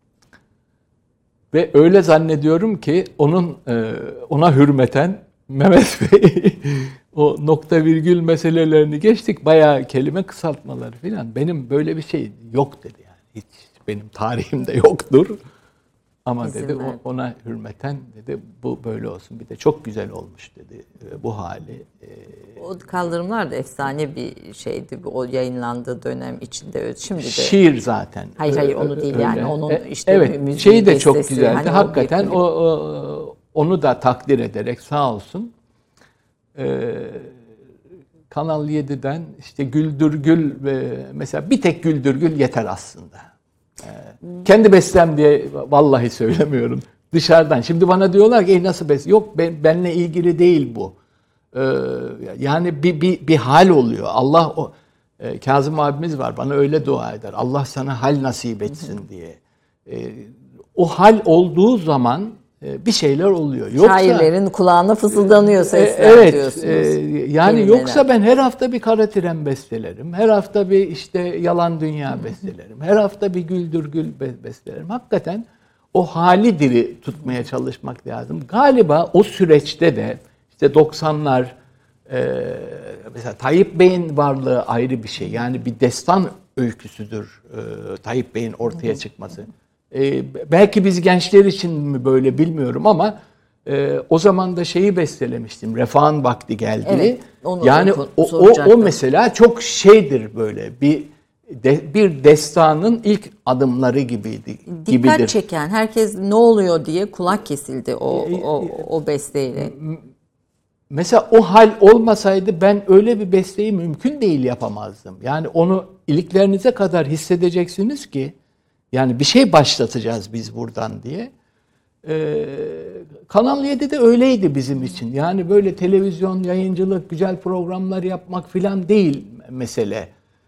[SPEAKER 2] Ve öyle zannediyorum ki ona hürmeten Mehmet Bey o nokta virgül meselelerini geçtik. Bayağı kelime kısaltmaları filan. Benim böyle bir şey yok dedi yani. Hiç benim tarihimde yoktur. Ama
[SPEAKER 1] İzin
[SPEAKER 2] dedi
[SPEAKER 1] verdi.
[SPEAKER 2] ona hürmeten dedi bu böyle olsun. Bir de çok güzel olmuş dedi bu hali.
[SPEAKER 1] O kaldırımlar da efsane bir şeydi. O yayınlandığı dönem içinde. Şimdi de
[SPEAKER 2] Şiir zaten.
[SPEAKER 1] Hayır onu değil
[SPEAKER 2] Öyle.
[SPEAKER 1] yani onun işte
[SPEAKER 2] evet,
[SPEAKER 1] müziği,
[SPEAKER 2] şeyi de çok
[SPEAKER 1] bestesi,
[SPEAKER 2] güzeldi.
[SPEAKER 1] hani o
[SPEAKER 2] Hakikaten
[SPEAKER 1] bir-
[SPEAKER 2] onu da takdir ederek sağ olsun. Kanal 7'den işte Güldür Gül ve mesela bir tek Güldür Gül yeter aslında. Kendi bestem diye vallahi söylemiyorum. Dışarıdan. Şimdi bana diyorlar ki nasıl bes? Yok benle ilgili değil bu. Yani bir hal oluyor. Allah Kazım abimiz var. Bana öyle dua eder. Allah sana hal nasip etsin diye. O hal olduğu zaman bir şeyler oluyor. Yoksa,
[SPEAKER 1] şairlerin kulağına fısıldanıyor sesler
[SPEAKER 2] evet,
[SPEAKER 1] diyorsunuz.
[SPEAKER 2] Yani
[SPEAKER 1] Kelimeler.
[SPEAKER 2] yoksa ben her hafta bir Kara Tren bestelerim. Her hafta bir işte Yalan Dünya bestelerim. Her hafta bir Güldür Gül bestelerim. Hakikaten o hali diri tutmaya çalışmak lazım. Galiba o süreçte de işte 90'lar mesela Tayyip Bey'in varlığı ayrı bir şey. Yani bir destan öyküsüdür Tayyip Bey'in ortaya çıkması. Belki biz gençler için mi böyle bilmiyorum ama o zaman da şeyi bestelemiştim. Refahın vakti geldi.
[SPEAKER 1] Evet, onu
[SPEAKER 2] yani o
[SPEAKER 1] soracaktım.
[SPEAKER 2] mesela çok şeydir böyle bir destanın ilk adımları gibidir.
[SPEAKER 1] Dikkat çeken, herkes ne oluyor diye kulak kesildi o besteyle.
[SPEAKER 2] Mesela o hal olmasaydı ben öyle bir besteyi mümkün değil yapamazdım. Yani onu iliklerinize kadar hissedeceksiniz ki yani bir şey başlatacağız biz buradan diye. Kanal 7'de öyleydi bizim için. Yani böyle televizyon, yayıncılık, güzel programlar yapmak filan değil mesele.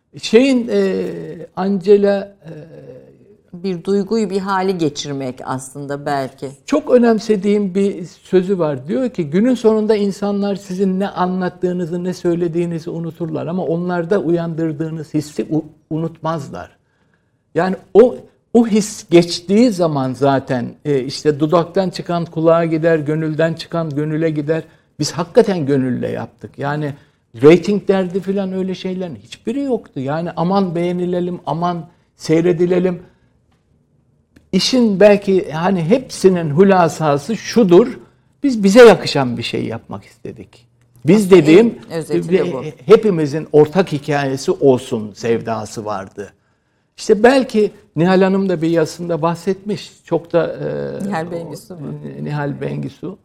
[SPEAKER 2] Angela
[SPEAKER 1] Bir duyguyu, bir hali geçirmek aslında belki.
[SPEAKER 2] çok önemsediğim bir sözü var. Diyor ki günün sonunda insanlar sizin ne anlattığınızı, ne söylediğinizi unuturlar ama onlarda uyandırdığınız hissi unutmazlar. Yani o his geçtiği zaman zaten işte dudaktan çıkan kulağa gider, gönülden çıkan gönüle gider. Biz hakikaten gönülle yaptık. Yani reyting derdi falan öyle şeylerin hiçbiri yoktu. Yani aman beğenilelim, aman seyredilelim. İşin belki hani hepsinin hülasası şudur. Biz bize yakışan bir şey yapmak istedik. Biz dediğim
[SPEAKER 1] özeti de bu.
[SPEAKER 2] hepimizin ortak hikayesi olsun sevdası vardı. İşte belki Nihal Hanım da bir yazısında bahsetmiş. Çok da
[SPEAKER 1] Nihal Bengisu mu?
[SPEAKER 2] Nihal Bengisu.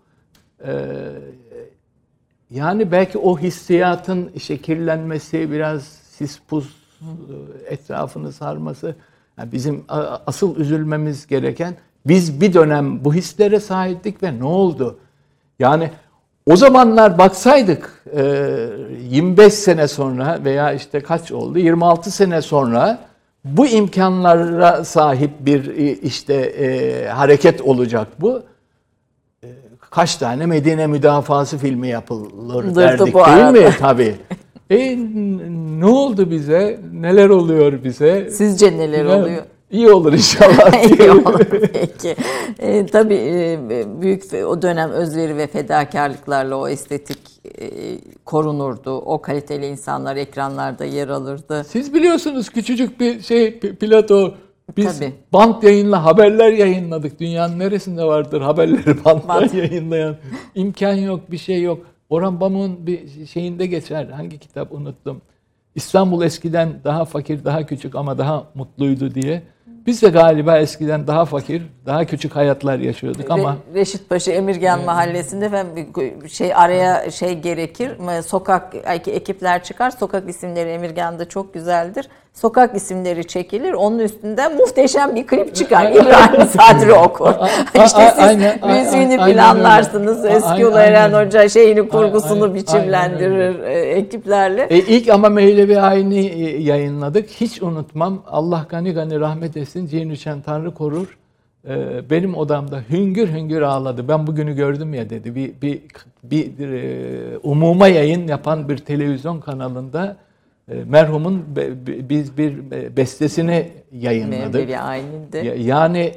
[SPEAKER 2] Yani belki o hissiyatın işte kirlenmesi, biraz sis puz etrafını sarması. Yani bizim asıl üzülmemiz gereken biz bir dönem bu hislere sahiptik ve ne oldu? Yani o zamanlar baksaydık 25 sene sonra veya işte kaç oldu? 26 sene sonra bu imkanlara sahip bir işte hareket olacak bu. Kaç tane Medine Müdafası filmi yapılır derdik
[SPEAKER 1] bu
[SPEAKER 2] değil mi?
[SPEAKER 1] arada.
[SPEAKER 2] Tabii. Ne oldu bize? Neler oluyor bize?
[SPEAKER 1] Sizce neler oluyor?
[SPEAKER 2] İyi olur inşallah.
[SPEAKER 1] İyi olur peki. Tabii büyük o dönem özveri ve fedakarlıklarla o estetik korunurdu. O kaliteli insanlar ekranlarda yer alırdı.
[SPEAKER 2] Siz biliyorsunuz küçücük bir plato. Biz
[SPEAKER 1] Tabii.
[SPEAKER 2] bant yayınla haberler yayınladık. Dünyanın neresinde vardır haberleri banttan yayınlayan? İmkan yok, bir şey yok. Orhan Pamuk'un bir şeyinde geçer. Hangi kitap unuttum. İstanbul eskiden daha fakir, daha küçük ama daha mutluydu diye. Biz de galiba eskiden daha fakir, daha küçük hayatlar yaşıyorduk ama
[SPEAKER 1] Reşit Paşa Emirgan Mahallesi'nde efendim araya gerekir. Sokak ekipler çıkar. Sokak isimleri Emirgan'da çok güzeldir. Sokak isimleri çekilir. Onun üstünden muhteşem bir klip çıkar. İbrahim Sadri okur. İşte siz müziğini planlarsınız. Eski Eren Hoca kurgusunu biçimlendirir ekiplerle.
[SPEAKER 2] İlk ama Mevlevi Ayni yayınladık. Hiç unutmam. Allah gani gani rahmet etsin. Cihan Tanrı korur. Benim odamda hüngür hüngür ağladı. Ben bugünü gördüm ya dedi. Bir umuma yayın yapan bir televizyon kanalında merhumun biz bir bestesini yayınladık.
[SPEAKER 1] Mevlevi Ayni'nde.
[SPEAKER 2] Yani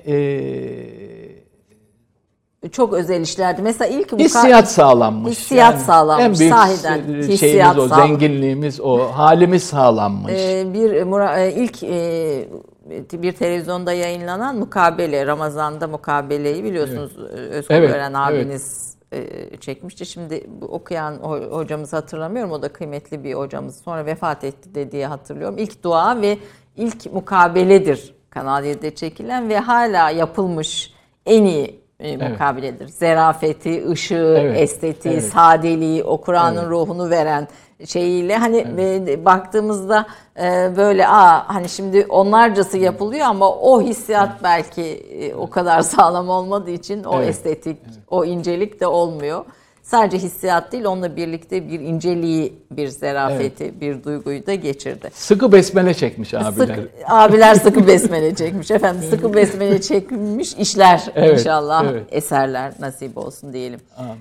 [SPEAKER 1] çok özel işlerdi. Mesela ilk
[SPEAKER 2] hissiyat sağlanmış.
[SPEAKER 1] Hissiyat sağlanmış.
[SPEAKER 2] En büyük
[SPEAKER 1] Sahiden
[SPEAKER 2] şeyimiz o, zenginliğimiz o, halimiz sağlanmış.
[SPEAKER 1] İlk bir televizyonda yayınlanan Mukabele, Ramazan'da Mukabele'yi biliyorsunuz, Özgür Ören abiniz çekmişti. Şimdi okuyan hocamızı hatırlamıyorum. O da kıymetli bir hocamız. Sonra vefat etti diye hatırlıyorum. İlk dua ve ilk Mukabele'dir Kanal 7'de çekilen ve hala yapılmış en iyi mukabeledir. Zerafeti, ışığı, estetiği, sadeliği, o Kur'an'ın ruhunu veren şeyiyle baktığımızda böyle hani şimdi onlarcası yapılıyor ama o hissiyat belki o kadar sağlam olmadığı için o estetik, o incelik de olmuyor. Sadece hissiyat değil, onunla birlikte bir inceliği, bir zerafeti, bir duyguyu da geçirdi.
[SPEAKER 2] Sıkı besmele çekmiş abiler.
[SPEAKER 1] Abiler sıkı besmele çekmiş efendim. Sıkı besmele çekmiş işler inşallah. Eserler nasip olsun diyelim.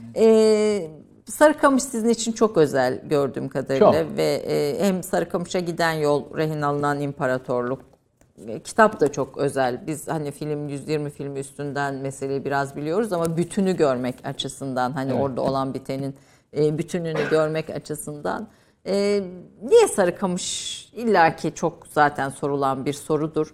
[SPEAKER 1] Sarıkamış sizin için çok özel gördüğüm kadarıyla.
[SPEAKER 2] Çok.
[SPEAKER 1] Ve hem Sarıkamış'a giden yol, rehin alınan imparatorluk. Kitap da çok özel. Biz hani 120 film üstünden meseleyi biraz biliyoruz ama bütünü görmek açısından orada olan bitenin bütününü görmek açısından niye Sarıkamış illaki çok zaten sorulan bir sorudur.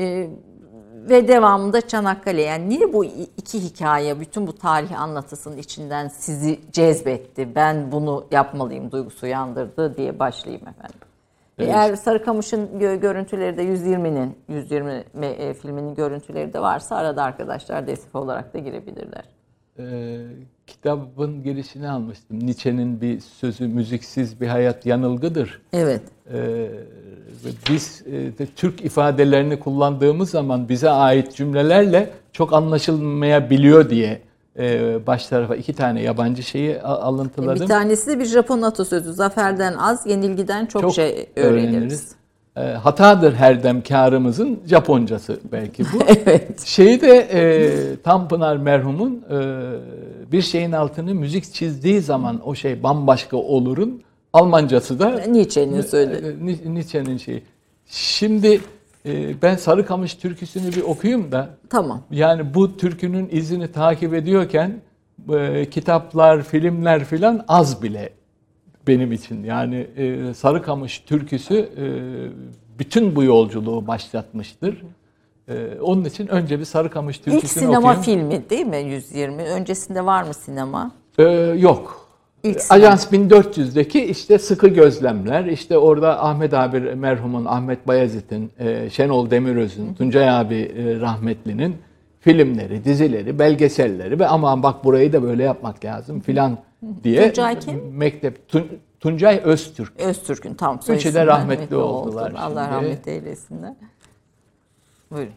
[SPEAKER 1] Ve devamında Çanakkale. Yani niye bu iki hikaye, bütün bu tarih anlatısının içinden sizi cezbetti? Ben bunu yapmalıyım duygusu uyandırdı diye başlayayım efendim. Evet. Eğer Sarıkamış'ın görüntüleri de 120 filminin görüntüleri de varsa arada arkadaşlar destek olarak da girebilirler.
[SPEAKER 2] Kitabın girişini almıştım. Nietzsche'nin bir sözü, müziksiz bir hayat yanılgıdır.
[SPEAKER 1] Evet.
[SPEAKER 2] Biz Türk ifadelerini kullandığımız zaman bize ait cümlelerle çok anlaşılmayabiliyor diye baş tarafa 2 tane yabancı şeyi alıntıladım.
[SPEAKER 1] Bir tanesi de bir Japon atasözü. Zaferden az, yenilgiden çok şey öğreniriz.
[SPEAKER 2] Hatadır her dem kârımızın Japoncası belki bu.
[SPEAKER 1] Evet.
[SPEAKER 2] Şeyi de Tanpınar merhumun bir şeyin altını müzik çizdiği zaman o şey bambaşka olurun Almancası da
[SPEAKER 1] Nietzsche'nin söyledi.
[SPEAKER 2] Nietzsche'nin şeyi. Şimdi ben Sarıkamış türküsünü bir okuyayım da.
[SPEAKER 1] Tamam.
[SPEAKER 2] Yani bu türkünün izini takip ediyorken kitaplar, filmler filan az bile benim için. Yani Sarıkamış türküsü bütün bu yolculuğu başlatmıştır. Onun için önce bir Sarıkamış türküsünü okuyayım.
[SPEAKER 1] İlk sinema filmi değil mi 120? Öncesinde var mı sinema?
[SPEAKER 2] Yok. Ajans 1400'deki işte Sıkı Gözlemler, işte orada Ahmet abi merhumun, Ahmet Bayezid'in, Şenol Demiröz'ün, Tuncay abi rahmetlinin filmleri, dizileri, belgeselleri ve aman bak burayı da böyle yapmak lazım filan diye.
[SPEAKER 1] Tuncay kim?
[SPEAKER 2] Tuncay Öztürk.
[SPEAKER 1] Öztürk'ün tam
[SPEAKER 2] Üçü de rahmetli oldular.
[SPEAKER 1] Allah rahmet eylesinler. Buyurun.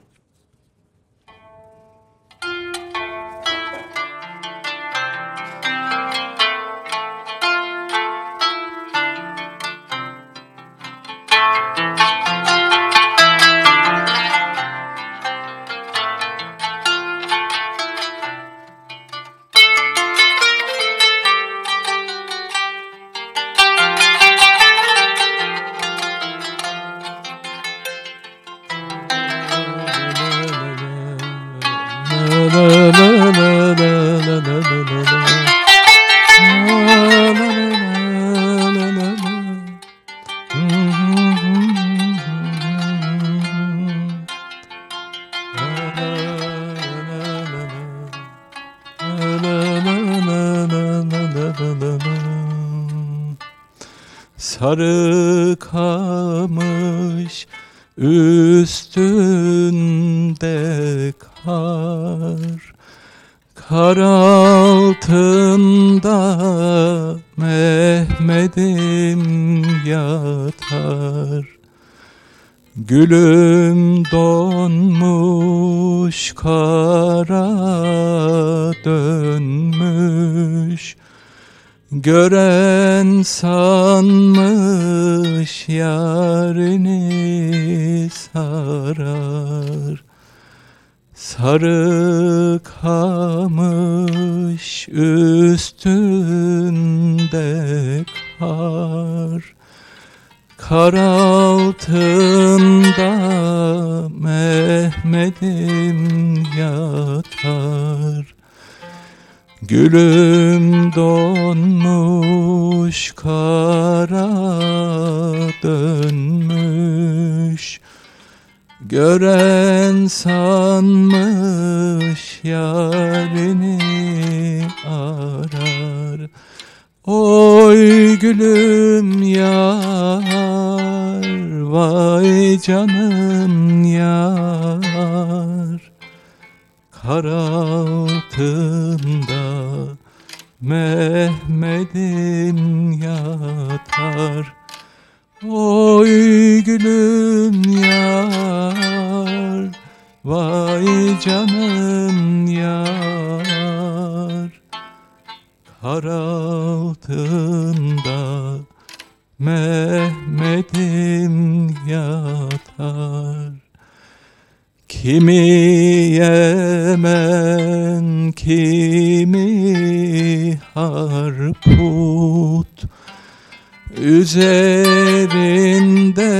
[SPEAKER 6] Sarıkamış
[SPEAKER 2] üstünde kar. Kar altında Mehmet'im yatar. Gülüm donmuş, kara dönmüş. Gören sanmış yarini sarar. Sarı kamış üstünde kar. Kar altında Mehmet'im yatar. Gülüm donmuş, kara dönmüş. Gören sanmış yarini arar. Oy gülüm yar, vay canım yar. Kar altında Mehmet'im yatar. Oy gülüm yar, vay canım yar. Kar altında Mehmet'im yatar. Kimi Yemen, kimi Harput, üzerinde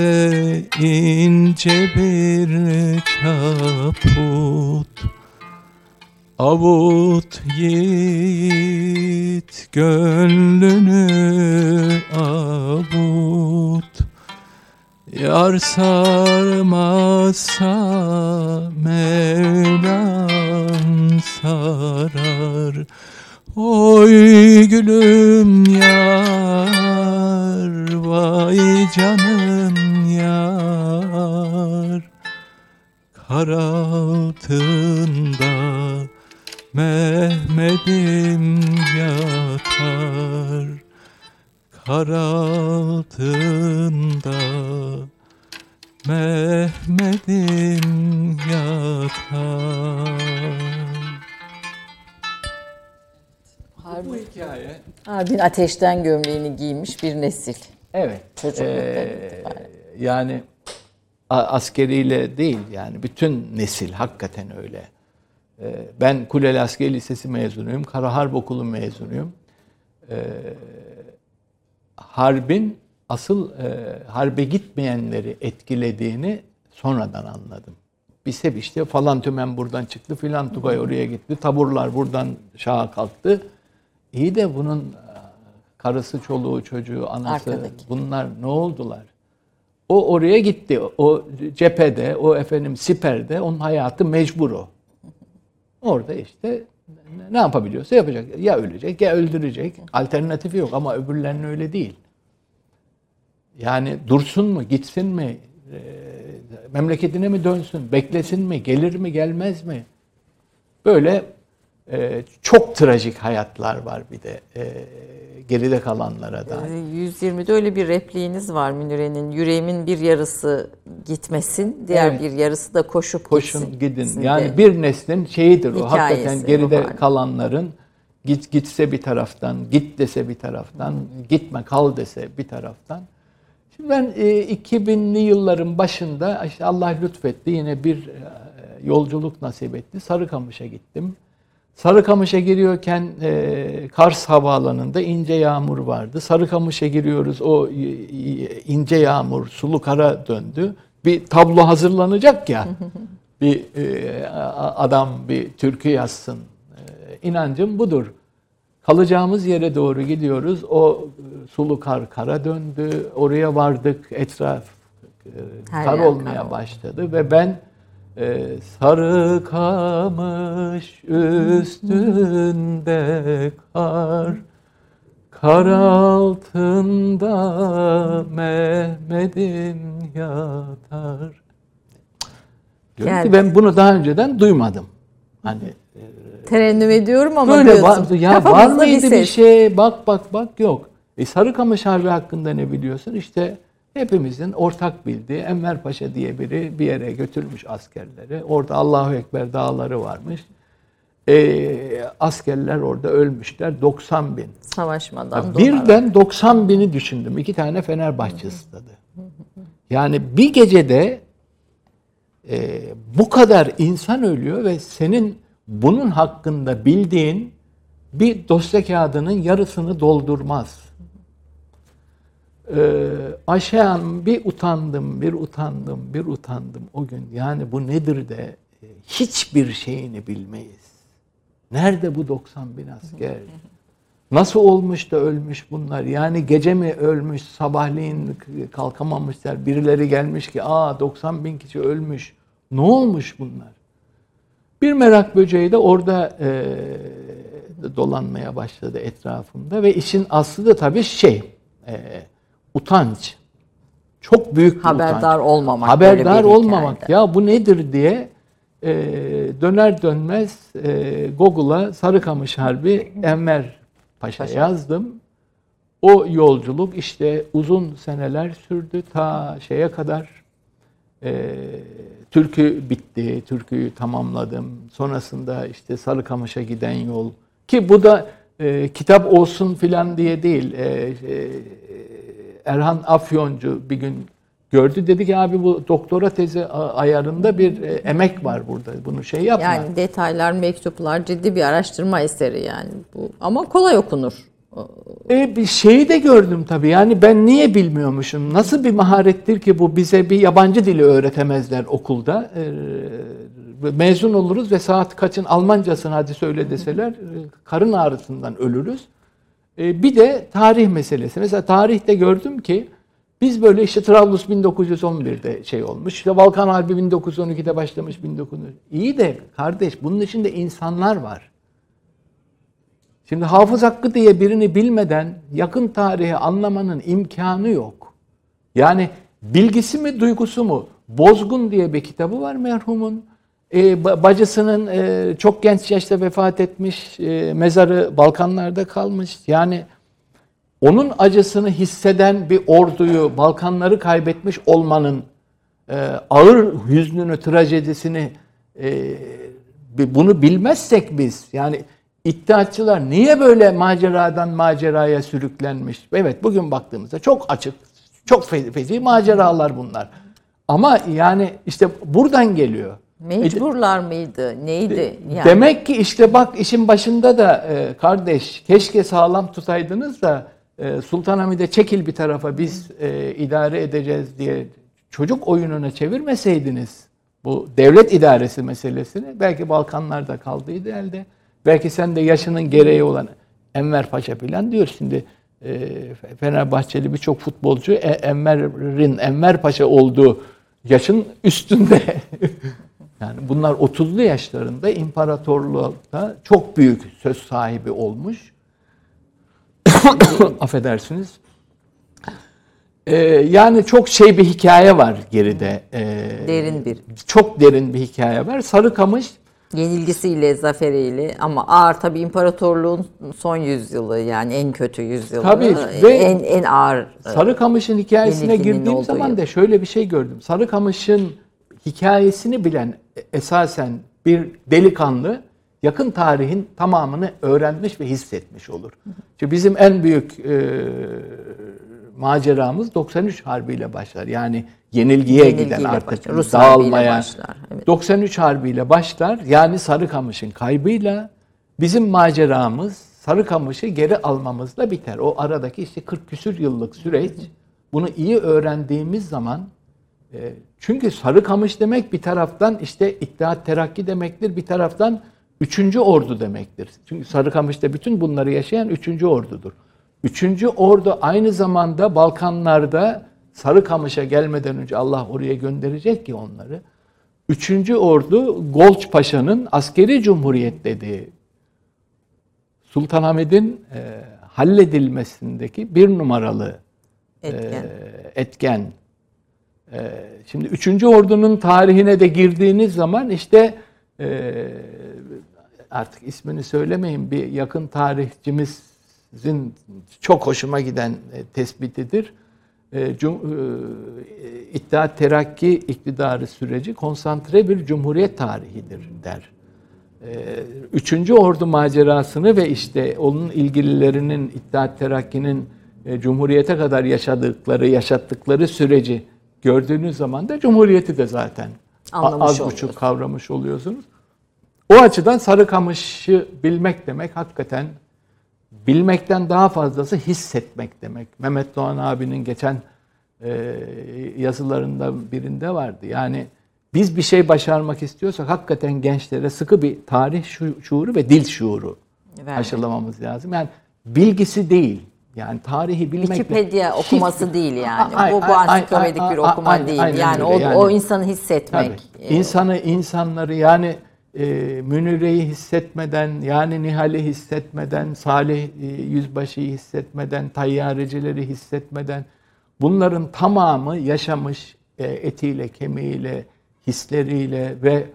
[SPEAKER 2] ince bir çaput. Avut yiğit gönlünü avut. Yar sarmazsa Mevlam sarar. Oy gülüm yar, vay canım yar. Kar altında Mehmet'im yatar. Kar altında Mehmet'im yatar. Bu hikaye.
[SPEAKER 1] Harbin ateşten gömleğini giymiş bir nesil.
[SPEAKER 2] Evet.
[SPEAKER 1] Çocukluktan itibaren.
[SPEAKER 2] Yani askeriyle değil, yani bütün nesil hakikaten öyle. Ben Kuleli Askeri Lisesi mezunuyum. Kara Harp Okulu mezunuyum. Harbin asıl harbe gitmeyenleri etkilediğini sonradan anladım. Biz hep işte falan tümen buradan çıktı, filan Tugay oraya gitti, taburlar buradan şaha kalktı. İyi de bunun karısı, çoluğu, çocuğu, anası,
[SPEAKER 1] Arkadaki.
[SPEAKER 2] bunlar ne oldular? O oraya gitti. O cephede, o siperde onun hayatı mecbur o. Orada işte ne yapabiliyorsa yapacak. Ya ölecek ya öldürecek. Alternatifi yok ama öbürlerinin öyle değil. Yani dursun mu, gitsin mi, memleketine mi dönsün, beklesin mi, gelir mi, gelmez mi? Böyle çok trajik hayatlar var bir de geride kalanlara da.
[SPEAKER 1] 120'de öyle bir repliğiniz var Münir'in. Yüreğimin bir yarısı gitmesin, diğer
[SPEAKER 2] Evet.
[SPEAKER 1] bir yarısı da koşup
[SPEAKER 2] Koşun gidin.
[SPEAKER 1] Sizin
[SPEAKER 2] Yani
[SPEAKER 1] de
[SPEAKER 2] bir neslin şeyidir o.
[SPEAKER 1] hikayesi,
[SPEAKER 2] Hakikaten geride
[SPEAKER 1] ruhani.
[SPEAKER 2] kalanların gitse bir taraftan, git dese bir taraftan, gitme kal dese bir taraftan. Şimdi ben 2000'li yılların başında işte Allah lütfetti, yine bir yolculuk nasip etti. Sarıkamış'a gittim. Sarıkamış'a giriyorken Kars Havaalanı'nda ince yağmur vardı. Sarıkamış'a giriyoruz, o ince yağmur sulu kara döndü. Bir tablo hazırlanacak ya, bir adam bir türkü yazsın. İnancım budur. Kalacağımız yere doğru gidiyoruz. O sulu kar kara döndü. Oraya vardık. Etraf kar olmaya başladı ve ben sarı kamış üstünde kar, kar altında Mehmet'im yatar. Diyorum
[SPEAKER 1] Yani-
[SPEAKER 2] ki ben bunu daha önceden duymadım. Hani
[SPEAKER 1] Terennüm ediyorum ama
[SPEAKER 2] böyle
[SPEAKER 1] diyorsun.
[SPEAKER 2] ya var
[SPEAKER 1] Kafamızda
[SPEAKER 2] mıydı bir
[SPEAKER 1] ses.
[SPEAKER 2] şey? Bak yok. Sarıkamış Harbi hakkında ne biliyorsun? İşte hepimizin ortak bildiği Enver Paşa diye biri bir yere götürmüş askerleri. Orada Allahu Ekber dağları varmış. Askerler orada ölmüşler. 90 bin.
[SPEAKER 1] Savaşmadan donarak.
[SPEAKER 2] Birden 90 bini düşündüm. 2 tane Fenerbahçe stadı. Yani bir gecede bu kadar insan ölüyor ve senin bunun hakkında bildiğin bir dosya kağıdının yarısını doldurmaz. Ayşe Hanım bir utandım o gün. Yani bu nedir de hiçbir şeyini bilmeyiz. Nerede bu 90 bin asker? Nasıl olmuş da ölmüş bunlar? Yani gece mi ölmüş, sabahleyin kalkamamışlar. Birileri gelmiş ki 90 bin kişi ölmüş. Ne olmuş bunlar? Bir merak böceği de orada dolanmaya başladı etrafımda ve işin aslı da tabii utanç. Çok büyük bir
[SPEAKER 1] Haberdar
[SPEAKER 2] utanç.
[SPEAKER 1] olmamak.
[SPEAKER 2] Haberdar
[SPEAKER 1] böyle bir
[SPEAKER 2] olmamak.
[SPEAKER 1] hikayede.
[SPEAKER 2] Ya bu nedir diye döner dönmez Google'a Sarıkamış Harbi Enver Paşa yazdım. O yolculuk işte uzun seneler sürdü ta şeye kadar. Türkü bitti, türküyü tamamladım. Sonrasında işte Sarıkamış'a giden yol. Ki bu da kitap olsun filan diye değil. Erhan Afyoncu bir gün gördü. Dedi ki abi bu doktora tezi ayarında bir emek var burada. Bunu yapma.
[SPEAKER 1] Yani detaylar, mektuplar ciddi bir araştırma eseri yani bu. Ama kolay okunur.
[SPEAKER 2] Bir şeyi de gördüm tabii. Yani ben niye bilmiyormuşum? Nasıl bir maharettir ki bu, bize bir yabancı dili öğretemezler okulda. Mezun oluruz ve saat kaçın Almancasını hadi söyle deseler karın ağrısından ölürüz. Bir de tarih meselesi. Mesela tarihte gördüm ki biz böyle işte Trablus 1911'de olmuş. İşte Balkan Harbi 1912'de başlamış 1900. İyi de kardeş bunun içinde insanlar var. Şimdi Hafız Hakkı diye birini bilmeden yakın tarihi anlamanın imkanı yok. Yani bilgisi mi duygusu mu? Bozgun diye bir kitabı var merhumun. Bacısının çok genç yaşta vefat etmiş, mezarı Balkanlarda kalmış. Yani onun acısını hisseden bir orduyu, Balkanları kaybetmiş olmanın ağır hüznünü, trajedisini bunu bilmezsek biz, yani İttihatçılar niye böyle maceradan maceraya sürüklenmiş? Evet, bugün baktığımızda çok açık, çok feci maceralar bunlar. Ama yani işte buradan geliyor.
[SPEAKER 1] Mecburlar mıydı? Neydi? Yani?
[SPEAKER 2] Demek ki işte bak işin başında da kardeş keşke sağlam tutaydınız da Sultanahmet'e çekil bir tarafa biz idare edeceğiz diye çocuk oyununa çevirmeseydiniz bu devlet idaresi meselesini belki Balkanlarda kaldıydı elde. Belki sen de yaşının gereği olan Enver Paşa falan diyor şimdi Fenerbahçeli birçok futbolcu Enver Paşa olduğu yaşın üstünde. Yani bunlar 30'lu yaşlarında imparatorluğunda çok büyük söz sahibi olmuş. Affedersiniz. Yani çok bir hikaye var geride.
[SPEAKER 1] Derin bir.
[SPEAKER 2] Çok derin bir hikaye var. Sarıkamış
[SPEAKER 1] Yenilgisiyle, zaferiyle ama ağır tabii imparatorluğun son yüzyılı yani en kötü yüzyılı.
[SPEAKER 2] Tabii ve
[SPEAKER 1] en ağır.
[SPEAKER 2] Sarıkamış'ın hikayesine girdiğim zaman
[SPEAKER 1] yıl.
[SPEAKER 2] da şöyle bir şey gördüm. Sarıkamış'ın hikayesini bilen esasen bir delikanlı yakın tarihin tamamını öğrenmiş ve hissetmiş olur. Çünkü bizim en büyük maceramız 93 Harbi'yle başlar. Yani yenilgiye giden artık
[SPEAKER 1] Rus
[SPEAKER 2] dağılmaya.
[SPEAKER 1] Başlar, evet.
[SPEAKER 2] 93 Harbi'yle başlar. Yani Sarıkamış'ın kaybıyla bizim maceramız Sarıkamış'ı geri almamızla biter. O aradaki işte 40 küsür yıllık süreç. Bunu iyi öğrendiğimiz zaman çünkü Sarıkamış demek bir taraftan işte İttihat Terakki demektir. Bir taraftan 3. Ordu demektir. Çünkü Sarıkamış'ta bütün bunları yaşayan 3. Ordudur. 3. Ordu aynı zamanda Balkanlarda Sarıkamış'a gelmeden önce Allah oraya gönderecek ki onları. 3. Ordu Golç Paşa'nın askeri cumhuriyet dediği Sultanahmet'in halledilmesindeki bir numaralı etken. Şimdi 3. Ordu'nun tarihine de girdiğiniz zaman işte artık ismini söylemeyin, bir yakın tarihçimizin çok hoşuma giden tespitidir. İttihat Terakki iktidarı süreci konsantre bir cumhuriyet tarihidir der. 3. Ordu macerasını ve işte onun ilgililerinin İttihat Terakki'nin Cumhuriyete kadar yaşattıkları süreci gördüğünüz zaman da Cumhuriyeti de zaten az buçuk kavramış oluyorsunuz. O açıdan Sarıkamış'ı bilmek demek hakikaten bilmekten daha fazlası hissetmek demek. Mehmet Doğan abinin geçen yazılarında birinde vardı. Yani biz bir şey başarmak istiyorsak hakikaten gençlere sıkı bir tarih şuuru ve dil şuuru aşılamamız lazım. Yani bilgisi değil. Yani tarihi bilmek...
[SPEAKER 1] Wikipedia okuması değil yani. Bu ansiklopedik bir okuma değil. Yani o insanı hissetmek.
[SPEAKER 2] İnsanları yani Münirre'yi hissetmeden, yani Nihal'i hissetmeden, Salih Yüzbaşı'yı hissetmeden, tayyarecileri hissetmeden, bunların tamamı yaşamış etiyle, kemiğiyle, hisleriyle ve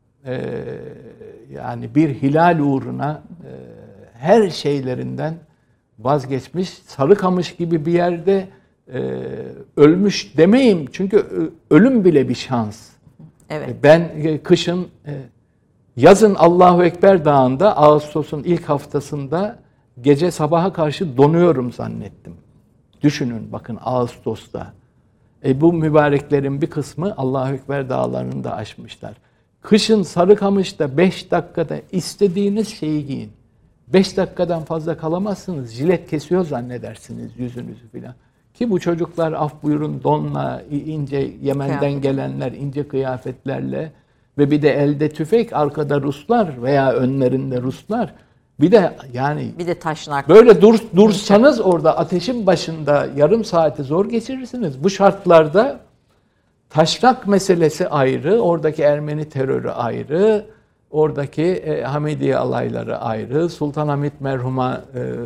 [SPEAKER 2] yani bir hilal uğruna her şeylerinden vazgeçmiş, Sarıkamış gibi bir yerde ölmüş demeyeyim. Çünkü ölüm bile bir şans.
[SPEAKER 1] Evet.
[SPEAKER 2] Ben kışın, yazın Allahu Ekber Dağı'nda Ağustos'un ilk haftasında gece sabaha karşı donuyorum zannettim. Düşünün bakın Ağustos'ta. Bu mübareklerin bir kısmı Allahu Ekber Dağlarını da aşmışlar. Kışın Sarıkamış'ta 5 dakikada istediğiniz şeyi giyin. 5 dakikadan fazla kalamazsınız. Jilet kesiyor zannedersiniz yüzünüzü filan. Ki bu çocuklar af buyurun donla, ince Yemen'den gelenler, ince kıyafetlerle ve bir de elde tüfek, arkada Ruslar veya önlerinde Ruslar. Bir de
[SPEAKER 1] taşnak.
[SPEAKER 2] Böyle dursanız orada ateşin başında yarım saati zor geçirirsiniz. Bu şartlarda taşnak meselesi ayrı, oradaki Ermeni terörü ayrı, oradaki Hamidiye alayları ayrı. Sultanahmet merhuma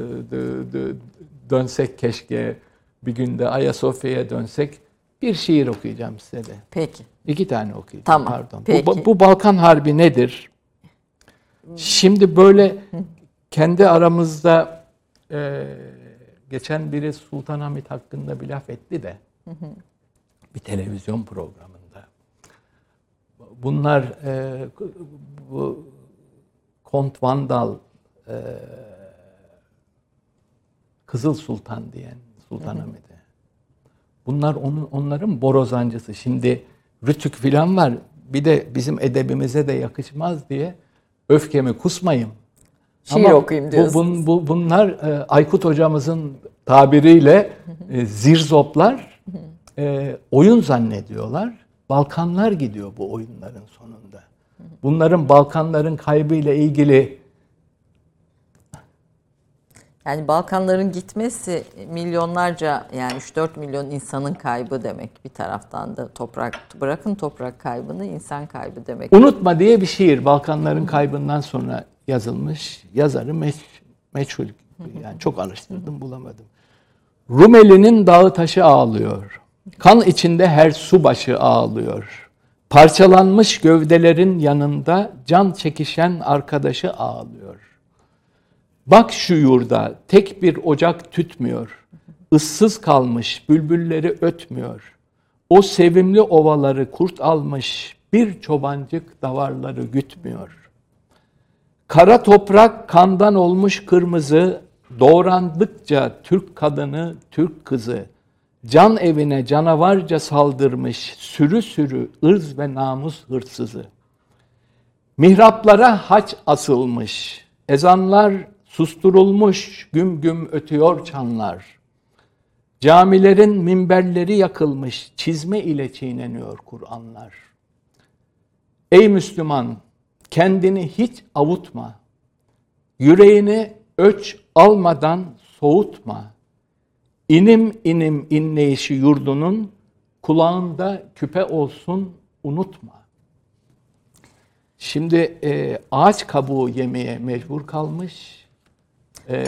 [SPEAKER 2] dönsek keşke bir günde Ayasofya'ya dönsek. Bir şiir okuyacağım size de.
[SPEAKER 1] Peki.
[SPEAKER 2] 2 tane okuyacağım.
[SPEAKER 1] Tamam.
[SPEAKER 2] Pardon.
[SPEAKER 1] Peki.
[SPEAKER 2] Bu Balkan Harbi nedir? Şimdi böyle kendi aramızda geçen biri Sultanahmet hakkında bir laf etti de bir televizyon programında. Bunlar bu Kont Vandal Kızıl Sultan diyen Sultanahmet'e. Bunlar onların borazancısı. Şimdi Rütük filan var. Bir de bizim edebimize de yakışmaz diye öfkemi kusmayın.
[SPEAKER 1] Şiir okuyayım diyorsunuz.
[SPEAKER 2] Bunlar Aykut hocamızın tabiriyle zirzoplar, oyun zannediyorlar. Balkanlar gidiyor bu oyunların sonunda. Bunların Balkanların kaybıyla ilgili...
[SPEAKER 1] Yani Balkanların gitmesi milyonlarca, yani 3-4 milyon insanın kaybı demek. Bir taraftan da bırakın toprak kaybını, insan kaybı demek.
[SPEAKER 2] Unutma diye bir şiir Balkanların kaybından sonra yazılmış. Yazarı meçhul. Yani çok araştırdım, bulamadım. Rumeli'nin dağı taşı ağlıyor. Kan içinde her subaşı ağlıyor. Parçalanmış gövdelerin yanında can çekişen arkadaşı ağlıyor. Bak şu yurda tek bir ocak tütmüyor. Issız kalmış bülbülleri ötmüyor. O sevimli ovaları kurt almış, bir çobancık davarları gütmüyor. Kara toprak kandan olmuş kırmızı, doğrandıkça Türk kadını, Türk kızı. Can evine canavarca saldırmış, sürü sürü ırz ve namus hırsızı. Mihraplara haç asılmış, ezanlar susturulmuş, güm güm ötüyor çanlar. Camilerin minberleri yakılmış, çizme ile çiğneniyor Kur'anlar. Ey Müslüman, kendini hiç avutma. Yüreğini öç almadan soğutma. İnim inim inleyişi yurdunun, kulağında küpe olsun unutma. Şimdi ağaç kabuğu yemeye mecbur kalmış,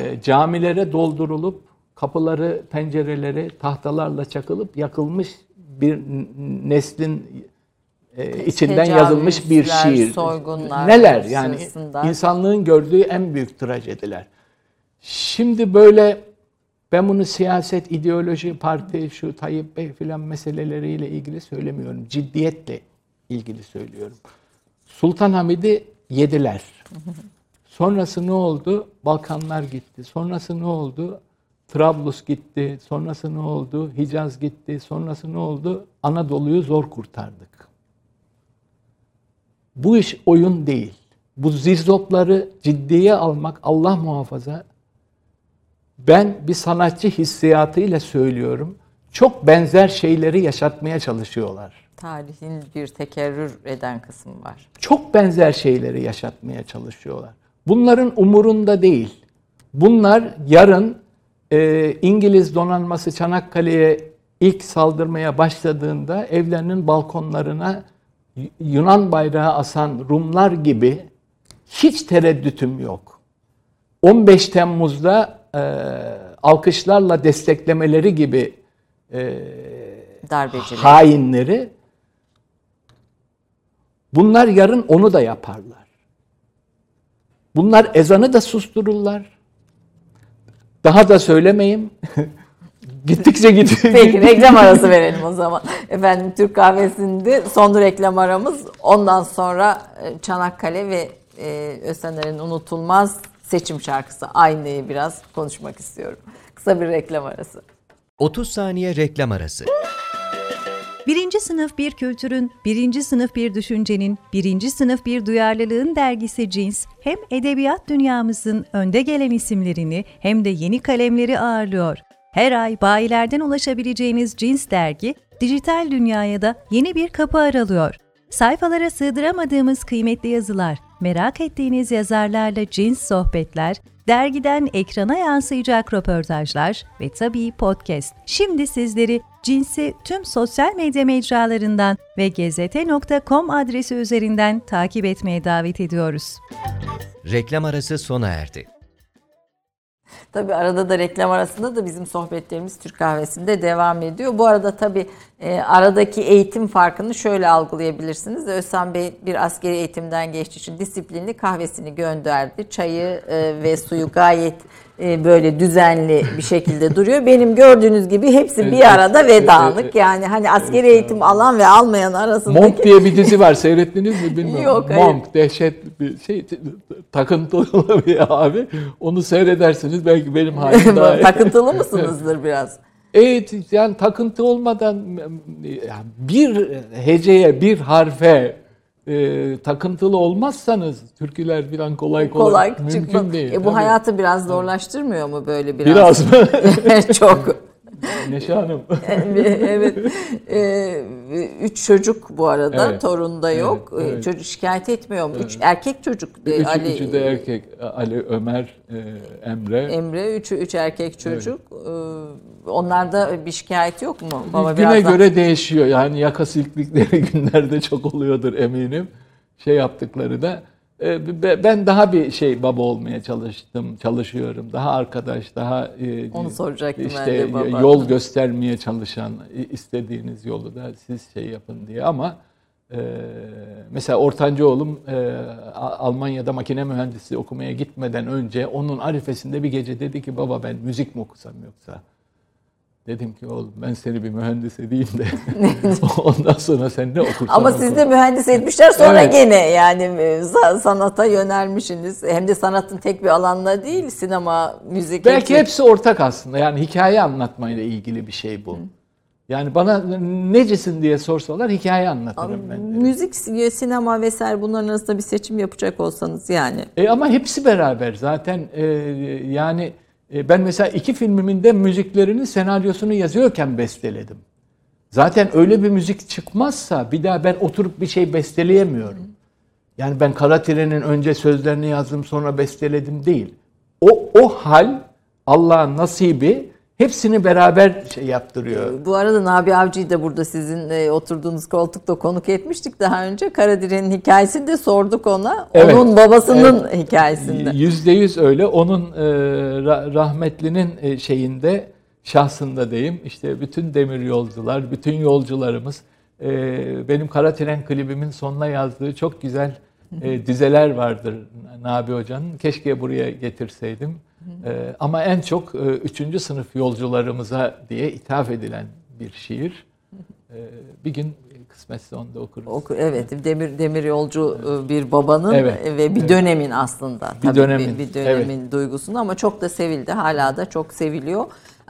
[SPEAKER 2] camilere doldurulup kapıları, pencereleri tahtalarla çakılıp yakılmış bir neslin içinden yazılmış bir şiir.
[SPEAKER 1] Soygunlar,
[SPEAKER 2] neler yani
[SPEAKER 1] sırasında.
[SPEAKER 2] insanlığın gördüğü en büyük trajediler. Şimdi böyle ben bunu siyaset, ideoloji, parti, şu Tayyip Bey filan meseleleriyle ilgili söylemiyorum. Ciddiyetle ilgili söylüyorum. Sultan Hamid'i yediler. Sonrası ne oldu? Balkanlar gitti. Sonrası ne oldu? Trablus gitti. Sonrası ne oldu? Hicaz gitti. Sonrası ne oldu? Anadolu'yu zor kurtardık. Bu iş oyun değil. Bu zirzopları ciddiye almak, Allah muhafaza, ben bir sanatçı hissiyatıyla söylüyorum. Çok benzer şeyleri yaşatmaya çalışıyorlar.
[SPEAKER 1] Tarihin bir tekerrür eden kısmı var.
[SPEAKER 2] Çok benzer şeyleri yaşatmaya çalışıyorlar. Bunların umurunda değil. Bunlar yarın İngiliz donanması Çanakkale'ye ilk saldırmaya başladığında evlerinin balkonlarına Yunan bayrağı asan Rumlar gibi hiç tereddütüm yok. 15 Temmuz'da alkışlarla desteklemeleri gibi hainleri, bunlar yarın onu da yaparlar. Bunlar ezanı da sustururlar. Daha da söylemeyeyim. Gittikçe gidiyor.
[SPEAKER 1] Peki reklam arası verelim o zaman. Efendim Türk Kahvesi'nde son reklam aramız. Ondan sonra Çanakkale ve Ösener'in unutulmaz seçim şarkısı Aynayı biraz konuşmak istiyorum. Kısa bir reklam arası.
[SPEAKER 5] 30 saniye reklam arası.
[SPEAKER 4] Birinci sınıf bir kültürün, birinci sınıf bir düşüncenin, birinci sınıf bir duyarlılığın dergisi Cins, hem edebiyat dünyamızın önde gelen isimlerini hem de yeni kalemleri ağırlıyor. Her ay bayilerden ulaşabileceğiniz Cins dergi, dijital dünyaya da yeni bir kapı aralıyor. Sayfalara sığdıramadığımız kıymetli yazılar, merak ettiğiniz yazarlarla cins sohbetler, dergiden ekrana yansıyacak röportajlar ve tabii podcast. Şimdi sizleri Cins'i tüm sosyal medya mecralarından ve gezete.com adresi üzerinden takip etmeye davet ediyoruz.
[SPEAKER 5] Reklam arası sona erdi.
[SPEAKER 1] Tabii arada da reklam arasında da bizim sohbetlerimiz Türk Kahvesi'nde devam ediyor. Bu arada tabii aradaki eğitim farkını şöyle algılayabilirsiniz. Özhan Bey bir askeri eğitimden geçtiği için disiplinli, kahvesini gönderdi. Çayı ve suyu gayet böyle düzenli bir şekilde duruyor. Benim gördüğünüz gibi hepsi bir arada ve dağınık. Yani hani askeri eğitim alan ve almayan arasındaki...
[SPEAKER 2] Monk diye bir dizi var. Seyrettiniz mi bilmiyorum.
[SPEAKER 1] Yok,
[SPEAKER 2] Monk dehşet bir şey, takıntılı bir abi. Onu seyredersiniz belki benim halim daha iyi.
[SPEAKER 1] Takıntılı mısınızdır biraz?
[SPEAKER 2] Evet, yani takıntı olmadan bir heceye, bir harfe takıntılı olmazsanız türküler falan kolay mümkün değil.
[SPEAKER 1] Bu
[SPEAKER 2] tabii.
[SPEAKER 1] Hayatı biraz zorlaştırmıyor mu böyle biraz?
[SPEAKER 2] Biraz mı?
[SPEAKER 1] Çok.
[SPEAKER 2] Neşe Hanım.
[SPEAKER 1] Evet. 3 çocuk bu arada.
[SPEAKER 2] Evet.
[SPEAKER 1] Torun da yok.
[SPEAKER 2] Evet.
[SPEAKER 1] Çocuk şikayet etmiyor mu? 3 erkek çocuk.
[SPEAKER 2] Üçü de erkek. Ali, Ömer, Emre.
[SPEAKER 1] 3 erkek çocuk. Onlarda bir şikayet yok mu? Baba
[SPEAKER 2] Güne
[SPEAKER 1] biraz
[SPEAKER 2] göre değişiyor. Yani yaka silktikleri günlerde çok oluyordur eminim. Şey yaptıkları da. Ben daha bir baba olmaya çalışıyorum. Daha arkadaş, daha
[SPEAKER 1] onu soracaktım ben de baba.
[SPEAKER 2] Yol göstermeye çalışan, istediğiniz yolu da siz yapın diye. Ama mesela ortanca oğlum Almanya'da makine mühendisi okumaya gitmeden önce onun arifesinde bir gece dedi ki baba ben müzik mi okusam yoksa? Dedim ki oğlum ben seni bir mühendis edeyim de ondan sonra sen ne okursan
[SPEAKER 1] Ama
[SPEAKER 2] oku.
[SPEAKER 1] siz de mühendis etmişler sonra
[SPEAKER 2] Evet.
[SPEAKER 1] gene yani sanata yönelmişsiniz. Hem de sanatın tek bir alanla değil, sinema, müzik.
[SPEAKER 2] Belki hepsi ortak aslında. Yani hikaye anlatmayla ilgili bir şey bu. Yani bana necesin diye sorsalar hikaye anlatırım ben de.
[SPEAKER 1] Müzik, sinema vesaire bunların arasında bir seçim yapacak olsanız yani.
[SPEAKER 2] Ama hepsi beraber zaten yani ben mesela 2 filmimin de müziklerinin senaryosunu yazıyorken besteledim. Zaten öyle bir müzik çıkmazsa bir daha ben oturup bir şey besteleyemiyorum. Yani ben Kara Tren'in önce sözlerini yazdım sonra besteledim değil. O hal Allah'ın nasibi hepsini beraber yaptırıyor.
[SPEAKER 1] Bu arada Nabi Avcı'yı da burada sizin oturduğunuz koltukta konuk etmiştik daha önce. Karadiren'in hikayesini de sorduk ona.
[SPEAKER 2] Evet.
[SPEAKER 1] Onun babasının hikayesinde.
[SPEAKER 2] %100 öyle. Onun rahmetlinin şeyinde şahsında diyeyim. İşte bütün demir yolcular, bütün yolcularımız benim Kara Tren klibimin sonuna yazdığı çok güzel dizeler vardır Nabi Hoca'nın. Keşke buraya getirseydim. Ama en çok 3. sınıf yolcularımıza diye ithaf edilen bir şiir. Bir gün kısmetse onu da okuruz.
[SPEAKER 1] Evet, demir yolcu bir babanın ve bir dönemin aslında.
[SPEAKER 2] Bir dönemin.
[SPEAKER 1] Bir dönemin duygusunu ama çok da sevildi. Hala da çok seviliyor.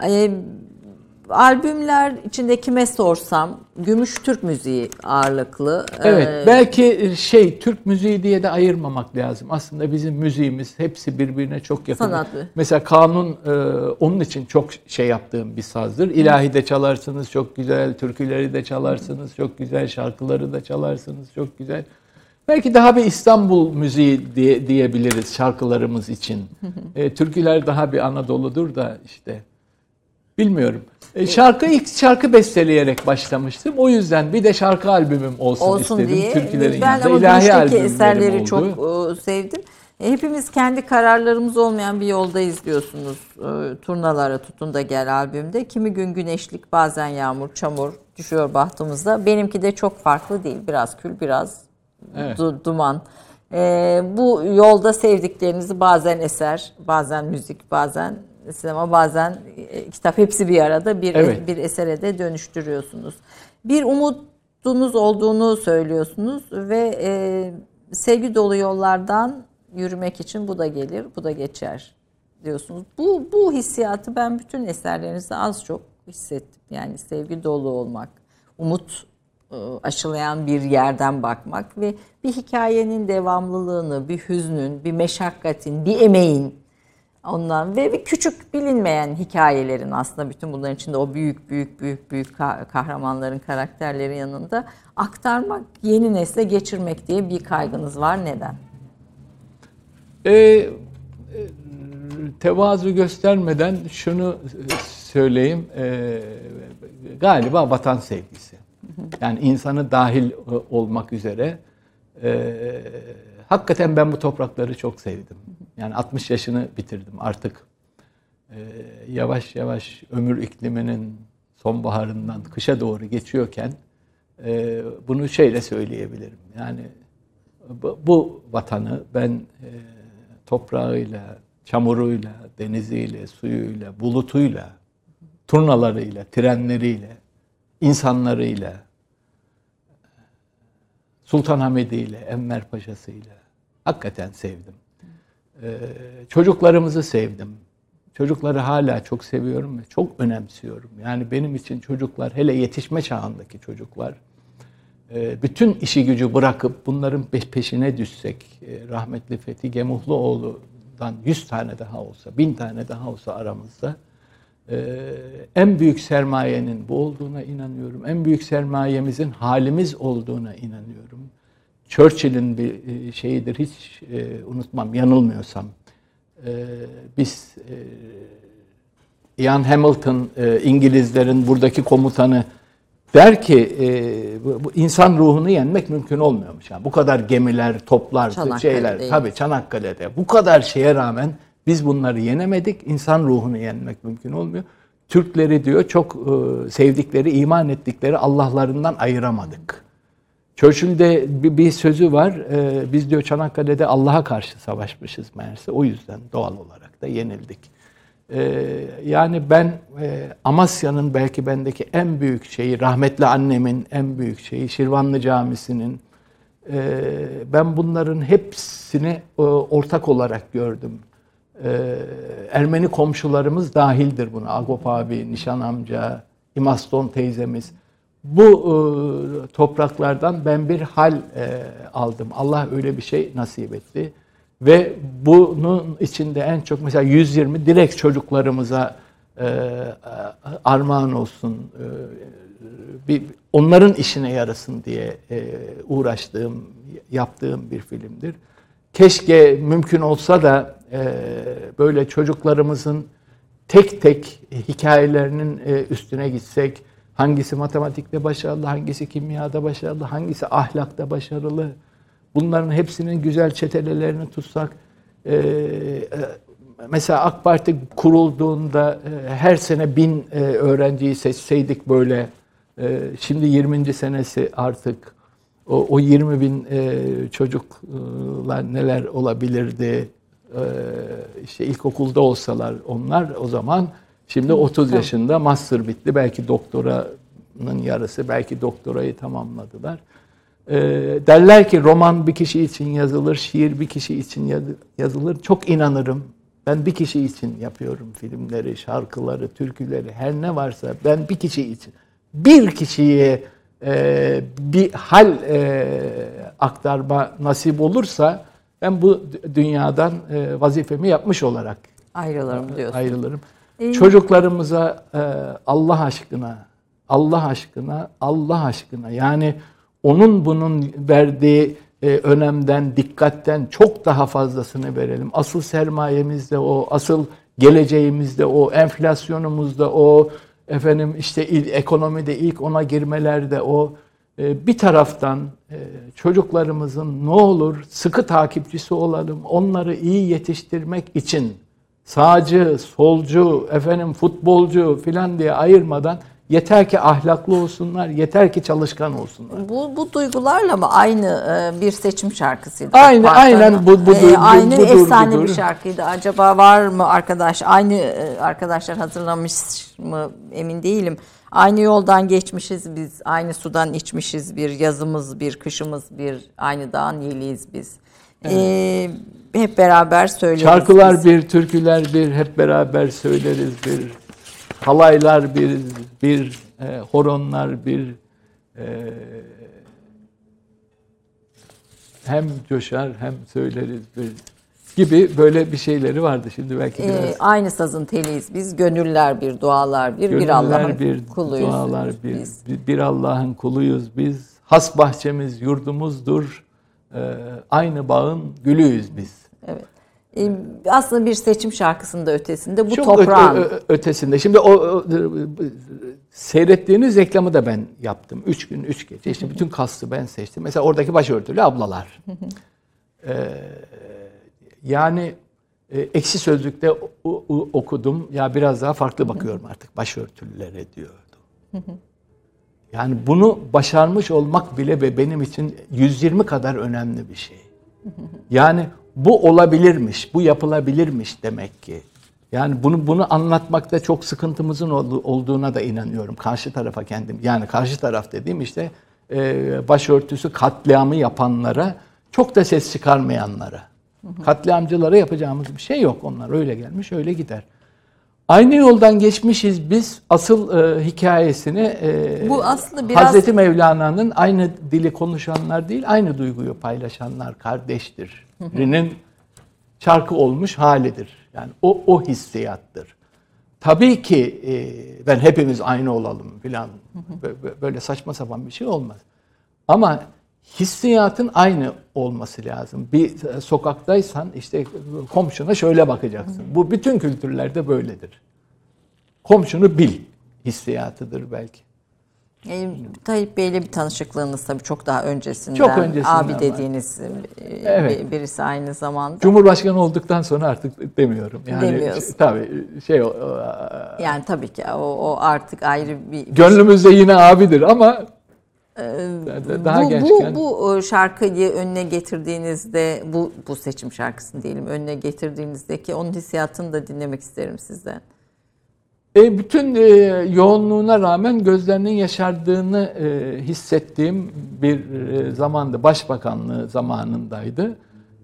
[SPEAKER 1] Albümler içinde kime sorsam gümüş Türk müziği ağırlıklı.
[SPEAKER 2] Evet, belki Türk müziği diye de ayırmamak lazım. Aslında bizim müziğimiz hepsi birbirine çok yakın.
[SPEAKER 1] Sanatlı.
[SPEAKER 2] Mesela kanun onun için çok yaptığım bir sazdır. İlahi de çalarsınız çok güzel, türküleri de çalarsınız çok güzel, şarkıları da çalarsınız çok güzel. Belki daha bir İstanbul müziği diyebiliriz şarkılarımız için. Türküler daha bir Anadolu'dur da işte. Bilmiyorum. İlk şarkı besteleyerek başlamıştım. O yüzden bir de şarkı albümüm olsun istedim.
[SPEAKER 1] Diye.
[SPEAKER 2] Türkülerin
[SPEAKER 1] ben
[SPEAKER 2] yanında.
[SPEAKER 1] ama
[SPEAKER 2] İlahi albümlerim
[SPEAKER 1] eserleri
[SPEAKER 2] oldu.
[SPEAKER 1] çok sevdim. Hepimiz kendi kararlarımız olmayan bir yoldayız diyorsunuz. Turnalara tutun da gel albümde. Kimi gün güneşlik, bazen yağmur, çamur düşüyor bahtımızda. Benimki de çok farklı değil. Biraz kül, biraz duman. Bu yolda sevdiklerinizi bazen eser, bazen müzik, bazen sinema, bazen kitap, hepsi bir arada bir esere de dönüştürüyorsunuz. Bir umudunuz olduğunu söylüyorsunuz ve sevgi dolu yollardan yürümek için bu da gelir, bu da geçer diyorsunuz. Bu hissiyatı ben bütün eserlerinizde az çok hissettim. Yani sevgi dolu olmak, umut aşılayan bir yerden bakmak ve bir hikayenin devamlılığını, bir hüznün, bir meşakkatin, bir emeğin, ondan ve küçük bilinmeyen hikayelerin, aslında bütün bunların içinde o büyük kahramanların, karakterlerin yanında aktarmak, yeni nesle geçirmek diye bir kaygınız var. Neden?
[SPEAKER 2] Tevazu göstermeden şunu söyleyeyim. Galiba vatan sevgisi. Yani insanı dahil olmak üzere. Hakikaten ben bu toprakları çok sevdim. Yani 60 yaşını bitirdim artık. Yavaş yavaş ömür ikliminin sonbaharından kışa doğru geçiyorken bunu söyleyebilirim. Yani bu vatanı ben toprağıyla, çamuruyla, deniziyle, suyuyla, bulutuyla, turnalarıyla, trenleriyle, insanlarıyla, Sultanahmet'iyle, Enver Paşa'sıyla hakikaten sevdim. Çocuklarımızı sevdim. Çocukları hala çok seviyorum ve çok önemsiyorum. Yani benim için çocuklar, hele yetişme çağındaki çocuklar, bütün işi gücü bırakıp bunların peşine düşsek, rahmetli Fethi Gemuhluoğlu'dan 100 tane daha olsa, 1000 tane daha olsa aramızda, en büyük sermayenin bu olduğuna inanıyorum. En büyük sermayemizin halimiz olduğuna inanıyorum. Churchill'in bir şeyidir, hiç unutmam, yanılmıyorsam. Biz Ian Hamilton, İngilizlerin buradaki komutanı, der ki bu insan ruhunu yenmek mümkün olmuyormuş. Yani bu kadar gemiler, toplar, şeyler, tabii Çanakkale'de bu kadar şeye rağmen biz bunları yenemedik. İnsan ruhunu yenmek mümkün olmuyor. Türkleri diyor çok sevdikleri, iman ettikleri Allah'larından ayıramadık. Churchill'de bir sözü var. Biz diyor Çanakkale'de Allah'a karşı savaşmışız meğerse. O yüzden doğal olarak da yenildik. Yani ben Amasya'nın belki bendeki en büyük şeyi, rahmetli annemin en büyük şeyi, Şirvanlı Camisi'nin, ben bunların hepsini ortak olarak gördüm. Ermeni komşularımız dahildir buna. Agop abi, Nişan amca, İmaston teyzemiz. Bu topraklardan ben bir hal aldım. Allah öyle bir şey nasip etti. Ve bunun içinde en çok mesela 120 direkt çocuklarımıza armağan olsun, onların işine yarasın diye uğraştığım, yaptığım bir filmdir. Keşke mümkün olsa da böyle çocuklarımızın tek tek hikayelerinin üstüne gitsek, hangisi matematikte başarılı, hangisi kimyada başarılı, hangisi ahlakta başarılı, bunların hepsinin güzel çetelelerini tutsak, mesela AK Parti kurulduğunda her sene 1000 öğrenciyi seçseydik böyle, şimdi 20. senesi artık o 20.000 çocuklar neler olabilirdi? İşte ilkokulda olsalar onlar o zaman, şimdi 30 yaşında master bitti. Belki doktoranın yarısı, belki doktorayı tamamladılar. Derler ki roman bir kişi için yazılır, şiir bir kişi için yazılır. Çok inanırım. Ben bir kişi için yapıyorum filmleri, şarkıları, türküleri, her ne varsa ben bir kişi için. Bir kişiye bir hal aktarma nasip olursa ben bu dünyadan vazifemi yapmış olarak
[SPEAKER 1] Ayrılırım diyorsun.
[SPEAKER 2] ayrılırım. Çocuklarımıza Allah aşkına, Allah aşkına, Allah aşkına, yani onun bunun verdiği önemden, dikkatten çok daha fazlasını verelim. Asıl sermayemiz de o, asıl geleceğimiz de o, enflasyonumuz da o, efendim işte ekonomide ilk ona girmeler de o. Bir taraftan çocuklarımızın ne olur sıkı takipçisi olalım. Onları iyi yetiştirmek için sağcı, solcu, efendim futbolcu filan diye ayırmadan yeter ki ahlaklı olsunlar, yeter ki çalışkan olsunlar.
[SPEAKER 1] Bu duygularla mı aynı bir seçim şarkısıydı?
[SPEAKER 2] Aynen budur.
[SPEAKER 1] Aynı
[SPEAKER 2] budur,
[SPEAKER 1] efsane
[SPEAKER 2] budur.
[SPEAKER 1] bir şarkıydı. Acaba var mı arkadaş? Aynı arkadaşlar hazırlamış mı emin değilim. Aynı yoldan geçmişiz biz. Aynı sudan içmişiz, bir yazımız, bir kışımız, bir aynı dağın yeliyiz biz. Evet. Hep beraber söyleriz.
[SPEAKER 2] Şarkılar
[SPEAKER 1] biz.
[SPEAKER 2] bir, türküler bir, hep beraber söyleriz bir. Halaylar bir horonlar bir, hem coşar hem söyleriz bir gibi böyle bir şeyleri vardı. Şimdi belki biraz
[SPEAKER 1] aynı sazın teliyiz biz, gönüller bir, dualar bir Allah'ın kuluyuz.
[SPEAKER 2] Dualar
[SPEAKER 1] biz.
[SPEAKER 2] bir Allah'ın kuluyuz biz. Has bahçemiz yurdumuzdur. Aynı bağın gülüyüz biz.
[SPEAKER 1] Evet. Aslında bir seçim şarkısının da ötesinde bu
[SPEAKER 2] çok
[SPEAKER 1] toprağın.
[SPEAKER 2] Ötesinde. Şimdi o seyrettiğiniz reklamı da ben yaptım. 3 gün 3 gece. İşte bütün kastı ben seçtim. Mesela oradaki başörtülü ablalar. Yani Ekşi Sözlük'te okudum. Ya biraz daha farklı bakıyorum artık başörtülülere diyordu. Yani bunu başarmış olmak bile ve benim için 120 kadar önemli bir şey. Yani bu olabilirmiş, bu yapılabilirmiş demek ki. Yani bunu anlatmakta çok sıkıntımızın olduğuna da inanıyorum. Karşı tarafa kendim, yani karşı taraf dediğim işte başörtüsü katliamı yapanlara, çok da ses çıkarmayanlara. Katliamcılara yapacağımız bir şey yok. Onlar öyle gelmiş, öyle gider. Aynı yoldan geçmişiz biz. Asıl hikayesini
[SPEAKER 1] bu aslında biraz
[SPEAKER 2] Hazreti Mevlana'nın aynı dili konuşanlar değil, aynı duyguyu paylaşanlar kardeştir. Rinin şarkı olmuş halidir. Yani o hissiyattır. Tabii ki ben hepimiz aynı olalım filan. Böyle saçma sapan bir şey olmaz. Ama hissiyatın aynı olması lazım. Bir sokaktaysan işte komşuna şöyle bakacaksın. Bu bütün kültürlerde böyledir. Komşunu bil hissiyatıdır belki.
[SPEAKER 1] Tayyip Bey'le bir tanışıklığınız tabii çok daha öncesinden.
[SPEAKER 2] Çok öncesinden
[SPEAKER 1] abi dediğiniz
[SPEAKER 2] evet.
[SPEAKER 1] Birisi aynı zamanda.
[SPEAKER 2] Cumhurbaşkanı olduktan sonra artık demiyorum. Yani
[SPEAKER 1] demiyorsun.
[SPEAKER 2] Tabii
[SPEAKER 1] yani tabii ki o artık ayrı bir
[SPEAKER 2] gönlümüzde yine abidir ama daha gençken.
[SPEAKER 1] Bu şarkıyı önüne getirdiğinizde, bu seçim şarkısını diyelim önüne getirdiğinizdeki onun hissiyatını da dinlemek isterim sizden.
[SPEAKER 2] Bütün yoğunluğuna rağmen gözlerinin yaşardığını hissettiğim bir zamandı. Başbakanlığı zamanındaydı.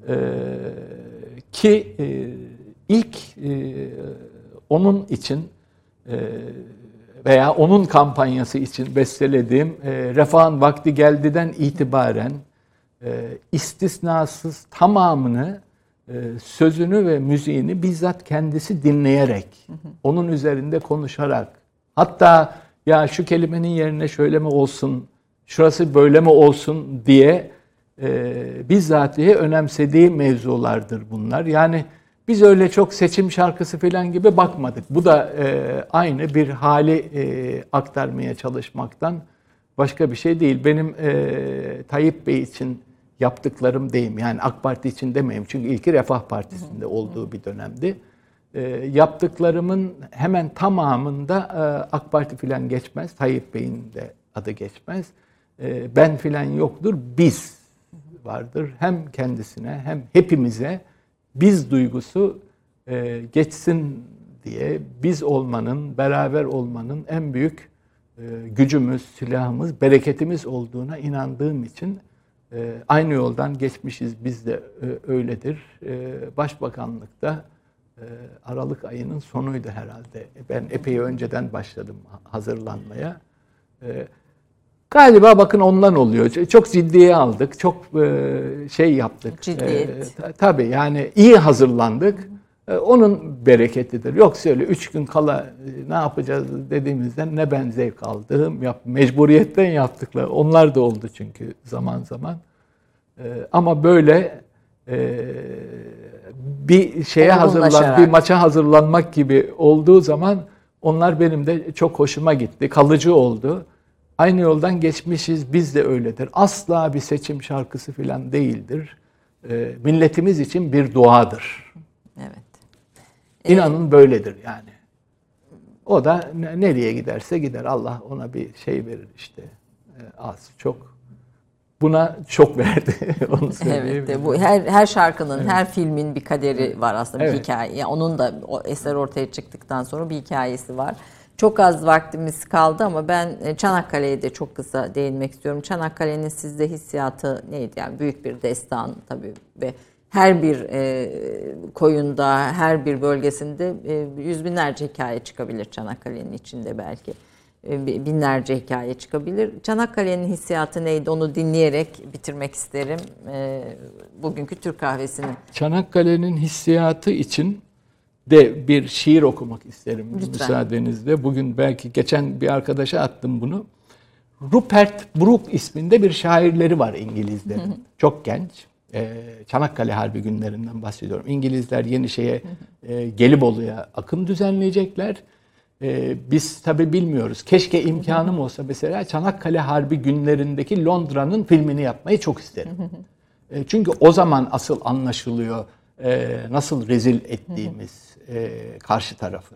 [SPEAKER 2] Ki ilk onun için veya onun kampanyası için bestelediğim Refahın Vakti Geldi'den itibaren istisnasız tamamını, sözünü ve müziğini bizzat kendisi dinleyerek, onun üzerinde konuşarak, hatta ya şu kelimenin yerine şöyle mi olsun, şurası böyle mi olsun diye bizzatihi önemsediği mevzulardır bunlar. Yani biz öyle çok seçim şarkısı falan gibi bakmadık. Bu da aynı bir hali aktarmaya çalışmaktan başka bir şey değil. Benim Tayyip Bey için yaptıklarım diyeyim. Yani AK Parti için demeyeyim. Çünkü ilki Refah Partisi'nde olduğu bir dönemdi. yaptıklarımın hemen tamamında AK Parti filan geçmez. Tayyip Bey'in de adı geçmez. Ben filan yoktur. Biz vardır. Hem kendisine hem hepimize biz duygusu geçsin diye biz olmanın, beraber olmanın en büyük gücümüz, silahımız, bereketimiz olduğuna inandığım için aynı yoldan geçmişiz. Biz de öyledir. Başbakanlıkta Aralık ayının sonuydu herhalde. Ben epey önceden başladım hazırlanmaya. Galiba bakın ondan oluyor. Çok ciddiye aldık. Çok şey yaptık.
[SPEAKER 1] Ciddiyet.
[SPEAKER 2] Tabii yani iyi hazırlandık. Onun bereketidir. Yoksa öyle 3 gün kala ne yapacağız dediğimizden ne ben zevk aldım. Mecburiyetten yaptıklar. Onlar da oldu çünkü zaman zaman. Ama böyle bir şeye bir maça hazırlanmak gibi olduğu zaman onlar benim de çok hoşuma gitti. Kalıcı oldu. Aynı yoldan geçmişiz, biz de öyledir. Asla bir seçim şarkısı falan değildir. Milletimiz için bir duadır.
[SPEAKER 1] Evet.
[SPEAKER 2] İnanın böyledir yani. O da nereye giderse gider. Allah ona bir şey verir işte. Az, çok. Buna çok verdi. Onu
[SPEAKER 1] Evet. Bu her şarkının, her filmin bir kaderi var aslında, bir hikaye. Yani onun da o eser ortaya çıktıktan sonra bir hikayesi var. Çok az vaktimiz kaldı ama ben Çanakkale'ye de çok kısa değinmek istiyorum. Çanakkale'nin sizde hissiyatı neydi? Yani büyük bir destan tabii ve her bir koyunda, her bir bölgesinde yüz binlerce hikaye çıkabilir Çanakkale'nin içinde belki. Binlerce hikaye çıkabilir. Çanakkale'nin hissiyatı neydi? Onu dinleyerek bitirmek isterim bugünkü Türk kahvesini.
[SPEAKER 2] Çanakkale'nin hissiyatı için de bir şiir okumak isterim. Lütfen. Müsaadenizle. Bugün belki geçen bir arkadaşa attım bunu. Rupert Brooke isminde bir şairleri var İngilizlerin. Çok genç. Çanakkale Harbi günlerinden bahsediyorum. İngilizler Yenişehir'e, Gelibolu'ya akın düzenleyecekler. Biz tabii bilmiyoruz. Keşke imkanım olsa mesela Çanakkale Harbi günlerindeki Londra'nın filmini yapmayı çok isterim. Çünkü o zaman asıl anlaşılıyor nasıl rezil ettiğimiz karşı tarafı.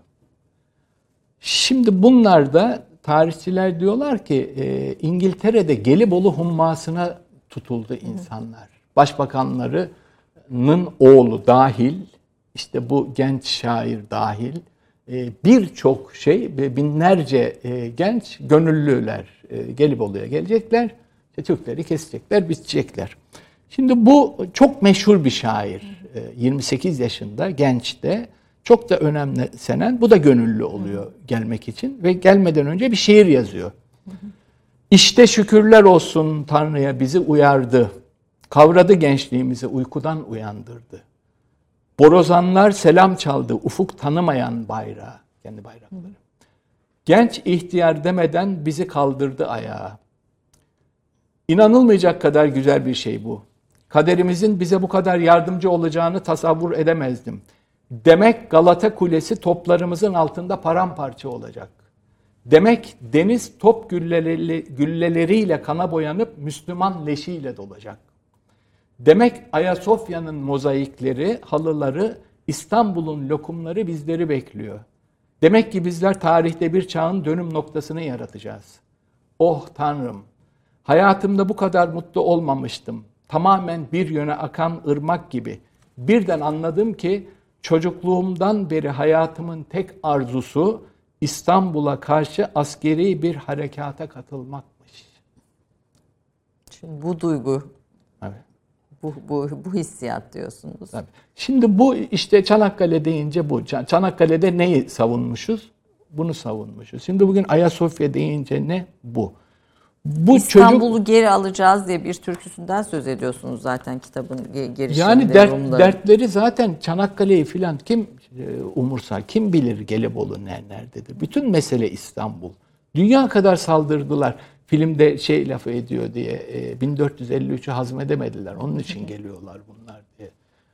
[SPEAKER 2] Şimdi bunlar da tarihçiler diyorlar ki İngiltere'de Gelibolu hummasına tutuldu insanlar. Başbakanlarının oğlu dahil, işte bu genç şair dahil, birçok binlerce genç gönüllüler Gelibolu'ya gelecekler. İşte Türkleri kesecekler, bitecekler. Şimdi bu çok meşhur bir şair. 28 yaşında, genç de. Çok da önemsenen, bu da gönüllü oluyor gelmek için. Ve gelmeden önce bir şiir yazıyor. İşte şükürler olsun Tanrı'ya bizi uyardı. Kavradı gençliğimizi, uykudan uyandırdı. Borazanlar selam çaldı, ufuk tanımayan bayrağı, kendi bayrakları. Genç ihtiyar demeden bizi kaldırdı ayağa. İnanılmayacak kadar güzel bir şey bu. Kaderimizin bize bu kadar yardımcı olacağını tasavvur edemezdim. Demek Galata Kulesi toplarımızın altında paramparça olacak. Demek deniz top gülleleriyle kana boyanıp Müslüman leşiyle dolacak. Demek Ayasofya'nın mozaikleri, halıları, İstanbul'un lokumları bizleri bekliyor. Demek ki bizler tarihte bir çağın dönüm noktasını yaratacağız. Oh Tanrım, hayatımda bu kadar mutlu olmamıştım. Tamamen bir yöne akan ırmak gibi. Birden anladım ki çocukluğumdan beri hayatımın tek arzusu İstanbul'a karşı askeri bir harekata katılmakmış.
[SPEAKER 1] Şimdi bu duygu,
[SPEAKER 2] evet.
[SPEAKER 1] bu hissiyat diyorsunuz.
[SPEAKER 2] Tabii. Şimdi bu işte Çanakkale deyince bu. Çanakkale'de neyi savunmuşuz? Bunu savunmuşuz. Şimdi bugün Ayasofya deyince ne? Bu.
[SPEAKER 1] İstanbul'u geri alacağız diye bir türküsünden söz ediyorsunuz zaten kitabın girişinde.
[SPEAKER 2] Yani dertleri zaten Çanakkale'yi filan kim umursar, kim bilir Gelibolu nerededir. Bütün mesele İstanbul. Dünya kadar saldırdılar. Filmde lafı ediyor diye 1453'ü hazmedemediler. Onun için geliyorlar bunlar diye.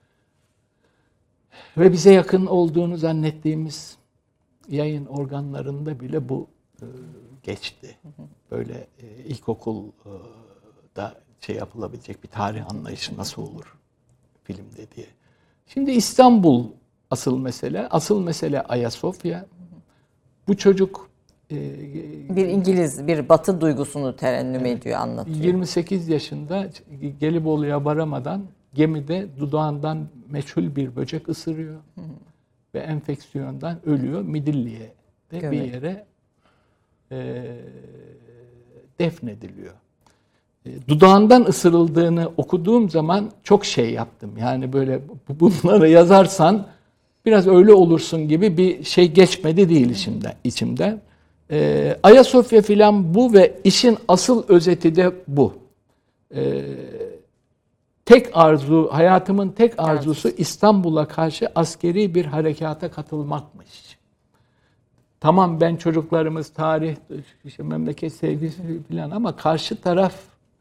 [SPEAKER 2] Ve bize yakın olduğunu zannettiğimiz yayın organlarında bile bu geçti. Böyle ilkokulda yapılabilecek bir tarih anlayışı nasıl olur filmde diye. Şimdi İstanbul asıl mesele. Asıl mesele Ayasofya. Bu çocuk
[SPEAKER 1] Bir İngiliz, bir Batı duygusunu terennüm ediyor, anlatıyor.
[SPEAKER 2] 28 yaşında Gelibolu'ya varamadan gemide dudağından meçhul bir böcek ısırıyor. Ve enfeksiyondan ölüyor. Midilli'ye de bir yere defnediliyor. Dudağından ısırıldığını okuduğum zaman çok şey yaptım. Yani böyle bunları yazarsan biraz öyle olursun gibi bir şey geçmedi değil içimden. Ayasofya filan bu ve işin asıl özeti de bu. Tek arzu, hayatımın tek arzusu İstanbul'a karşı askeri bir harekata katılmakmış. Tamam, ben çocuklarımız tarih, işte memleket sevgisi filan ama karşı taraf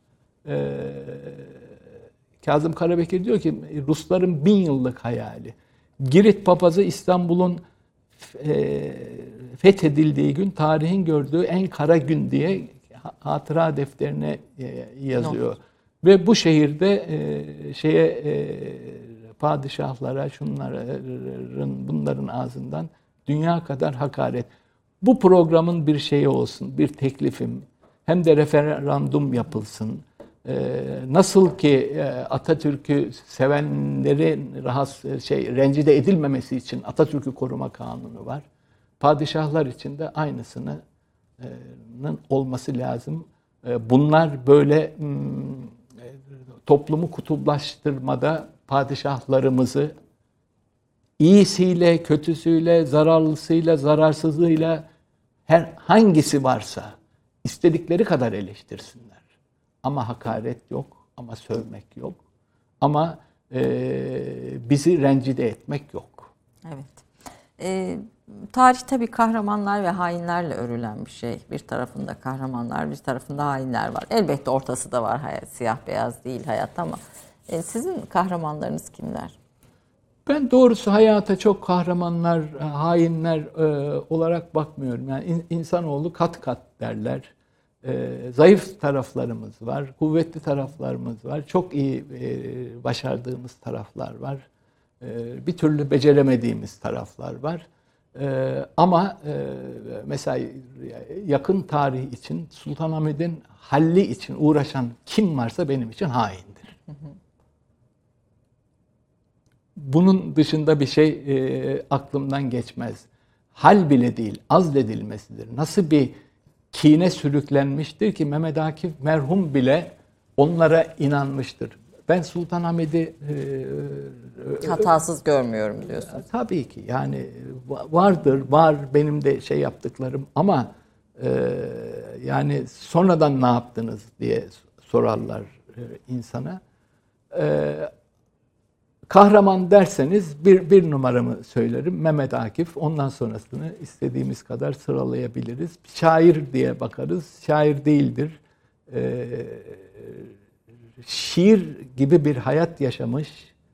[SPEAKER 2] Kazım Karabekir diyor ki Rusların 1000 yıllık hayali. Girit papazı İstanbul'un fethedildiği gün tarihin gördüğü en kara gün diye hatıra defterine yazıyor. Ve bu şehirde padişahlara, bunların ağzından dünya kadar hakaret. Bu programın bir şeyi olsun, bir teklifim. Hem de referandum yapılsın. Nasıl ki Atatürk'ü sevenlerin rencide edilmemesi için Atatürk'ü koruma kanunu var. Padişahlar için de aynısının olması lazım. Bunlar böyle toplumu kutuplaştırmada padişahlarımızı iyisiyle, kötüsüyle, zararlısıyla, zararsızlığıyla hangisi varsa istedikleri kadar eleştirsinler. Ama hakaret yok, ama sövmek yok, ama bizi rencide etmek yok.
[SPEAKER 1] Evet. Tarih tabii kahramanlar ve hainlerle örülen bir şey. Bir tarafında kahramanlar, bir tarafında hainler var. Elbette ortası da var. Siyah beyaz değil hayat ama sizin kahramanlarınız kimler?
[SPEAKER 2] Ben doğrusu hayata çok kahramanlar, hainler olarak bakmıyorum. Yani insanoğlu kat kat derler. Zayıf taraflarımız var, kuvvetli taraflarımız var, çok iyi başardığımız taraflar var, bir türlü beceremediğimiz taraflar var. Ama mesela yakın tarih için Sultanahmet'in halli için uğraşan kim varsa benim için haindir. Bunun dışında bir şey aklımdan geçmez. Hal bile değil, azledilmesidir. Nasıl bir kine sürüklenmiştir ki Mehmet Akif merhum bile onlara inanmıştır. Ben Sultanahmet'i
[SPEAKER 1] hatasız görmüyorum diyorsunuz.
[SPEAKER 2] Tabii ki yani var benim de yaptıklarım ama yani sonradan ne yaptınız diye sorarlar insana. Kahraman derseniz bir numaramı söylerim, Mehmet Akif. Ondan sonrasını istediğimiz kadar sıralayabiliriz. Şair diye bakarız. Şair değildir. Şiir gibi bir hayat yaşamış.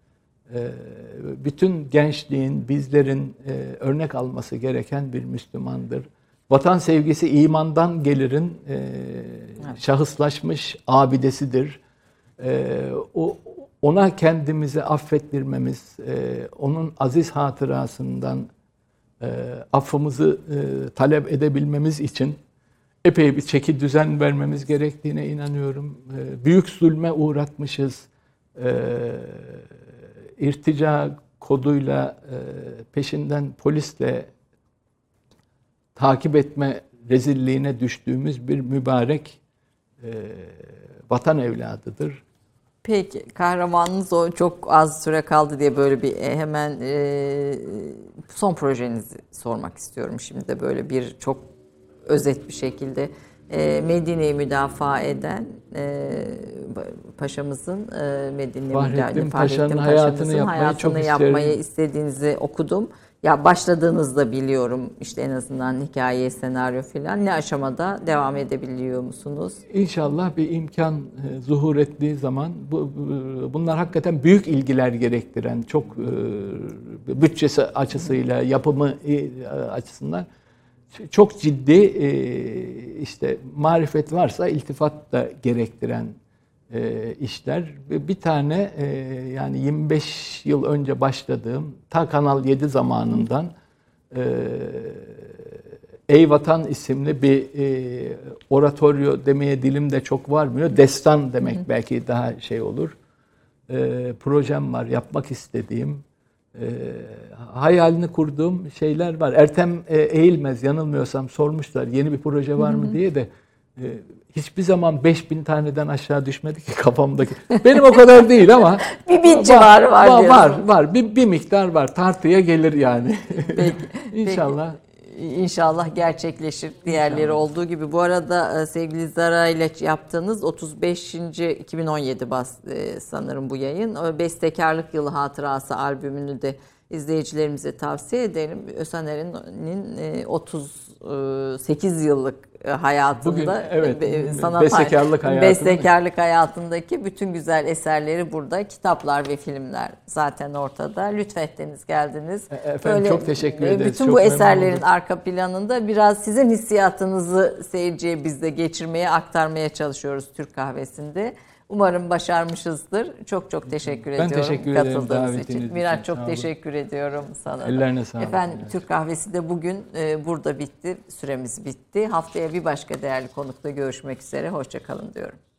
[SPEAKER 2] Bütün gençliğin, bizlerin örnek alması gereken bir Müslümandır. Vatan sevgisi imandan gelirin şahıslaşmış abidesidir. Ona kendimizi affettirmemiz, onun aziz hatırasından affımızı talep edebilmemiz için epey bir çeki düzen vermemiz gerektiğine inanıyorum. Büyük zulme uğratmışız. İrtica koduyla peşinden polisle takip etme rezilliğine düştüğümüz bir mübarek vatan evladıdır.
[SPEAKER 1] Peki, kahramanınız o, çok az süre kaldı diye böyle bir hemen son projenizi sormak istiyorum. Şimdi de böyle bir çok özet bir şekilde Medine'yi müdafaa eden paşamızın
[SPEAKER 2] Fahrettin Paşa'nın hayatını
[SPEAKER 1] yapmayı istediğinizi okudum. Ya başladığınızda biliyorum, işte en azından hikaye, senaryo filan. Ne aşamada devam edebiliyor musunuz?
[SPEAKER 2] İnşallah bir imkan zuhur ettiği zaman bunlar hakikaten büyük ilgiler gerektiren, çok bütçesi açısıyla, yapımı açısından çok ciddi işte marifet varsa iltifat da gerektiren işler. Ve bir tane yani 25 yıl önce başladığım ta Kanal 7 zamanından Ey Vatan isimli bir oratoryo demeye dilimde çok varmıyor. Destan demek belki daha şey olur. Projem var, yapmak istediğim, hayalini kurduğum şeyler var. Ertem Eğilmez yanılmıyorsam sormuşlar yeni bir proje var mı diye de hiçbir zaman 5000 taneden aşağı düşmedi ki kafamdaki. Benim o kadar değil ama
[SPEAKER 1] bir bit civarı var diyorsun.
[SPEAKER 2] Var. Bir miktar var. Tartıya gelir yani.
[SPEAKER 1] Peki.
[SPEAKER 2] İnşallah.
[SPEAKER 1] İnşallah gerçekleşir. Diğerleri olduğu gibi. Bu arada sevgili Zara ile yaptığınız 35. 2017 sanırım bu yayın. O Bestekarlık Yılı Hatırası albümünü de izleyicilerimize tavsiye edelim. Özhan Eren'in 38 yıllık hayatında
[SPEAKER 2] bugün, evet,
[SPEAKER 1] sanat bestekarlık hayatındaki bütün güzel eserleri burada. Kitaplar ve filmler zaten ortada. Lütfettiniz, geldiniz.
[SPEAKER 2] Efendim
[SPEAKER 1] böyle,
[SPEAKER 2] çok teşekkür ederiz.
[SPEAKER 1] Bütün
[SPEAKER 2] çok
[SPEAKER 1] bu eserlerin arka planında biraz sizin hissiyatınızı seyirciye biz de geçirmeye, aktarmaya çalışıyoruz Türk Kahvesi'nde. Umarım başarmışızdır. Çok çok teşekkür ediyorum.
[SPEAKER 2] Ben teşekkür ederim
[SPEAKER 1] katıldığınız
[SPEAKER 2] davetiniz için.
[SPEAKER 1] Miraç çok teşekkür ediyorum sana.
[SPEAKER 2] Ellerine sağlık.
[SPEAKER 1] Efendim Türk Kahvesi de bugün burada bitti. Süremiz bitti. Haftaya bir başka değerli konukla görüşmek üzere. Hoşça kalın diyorum.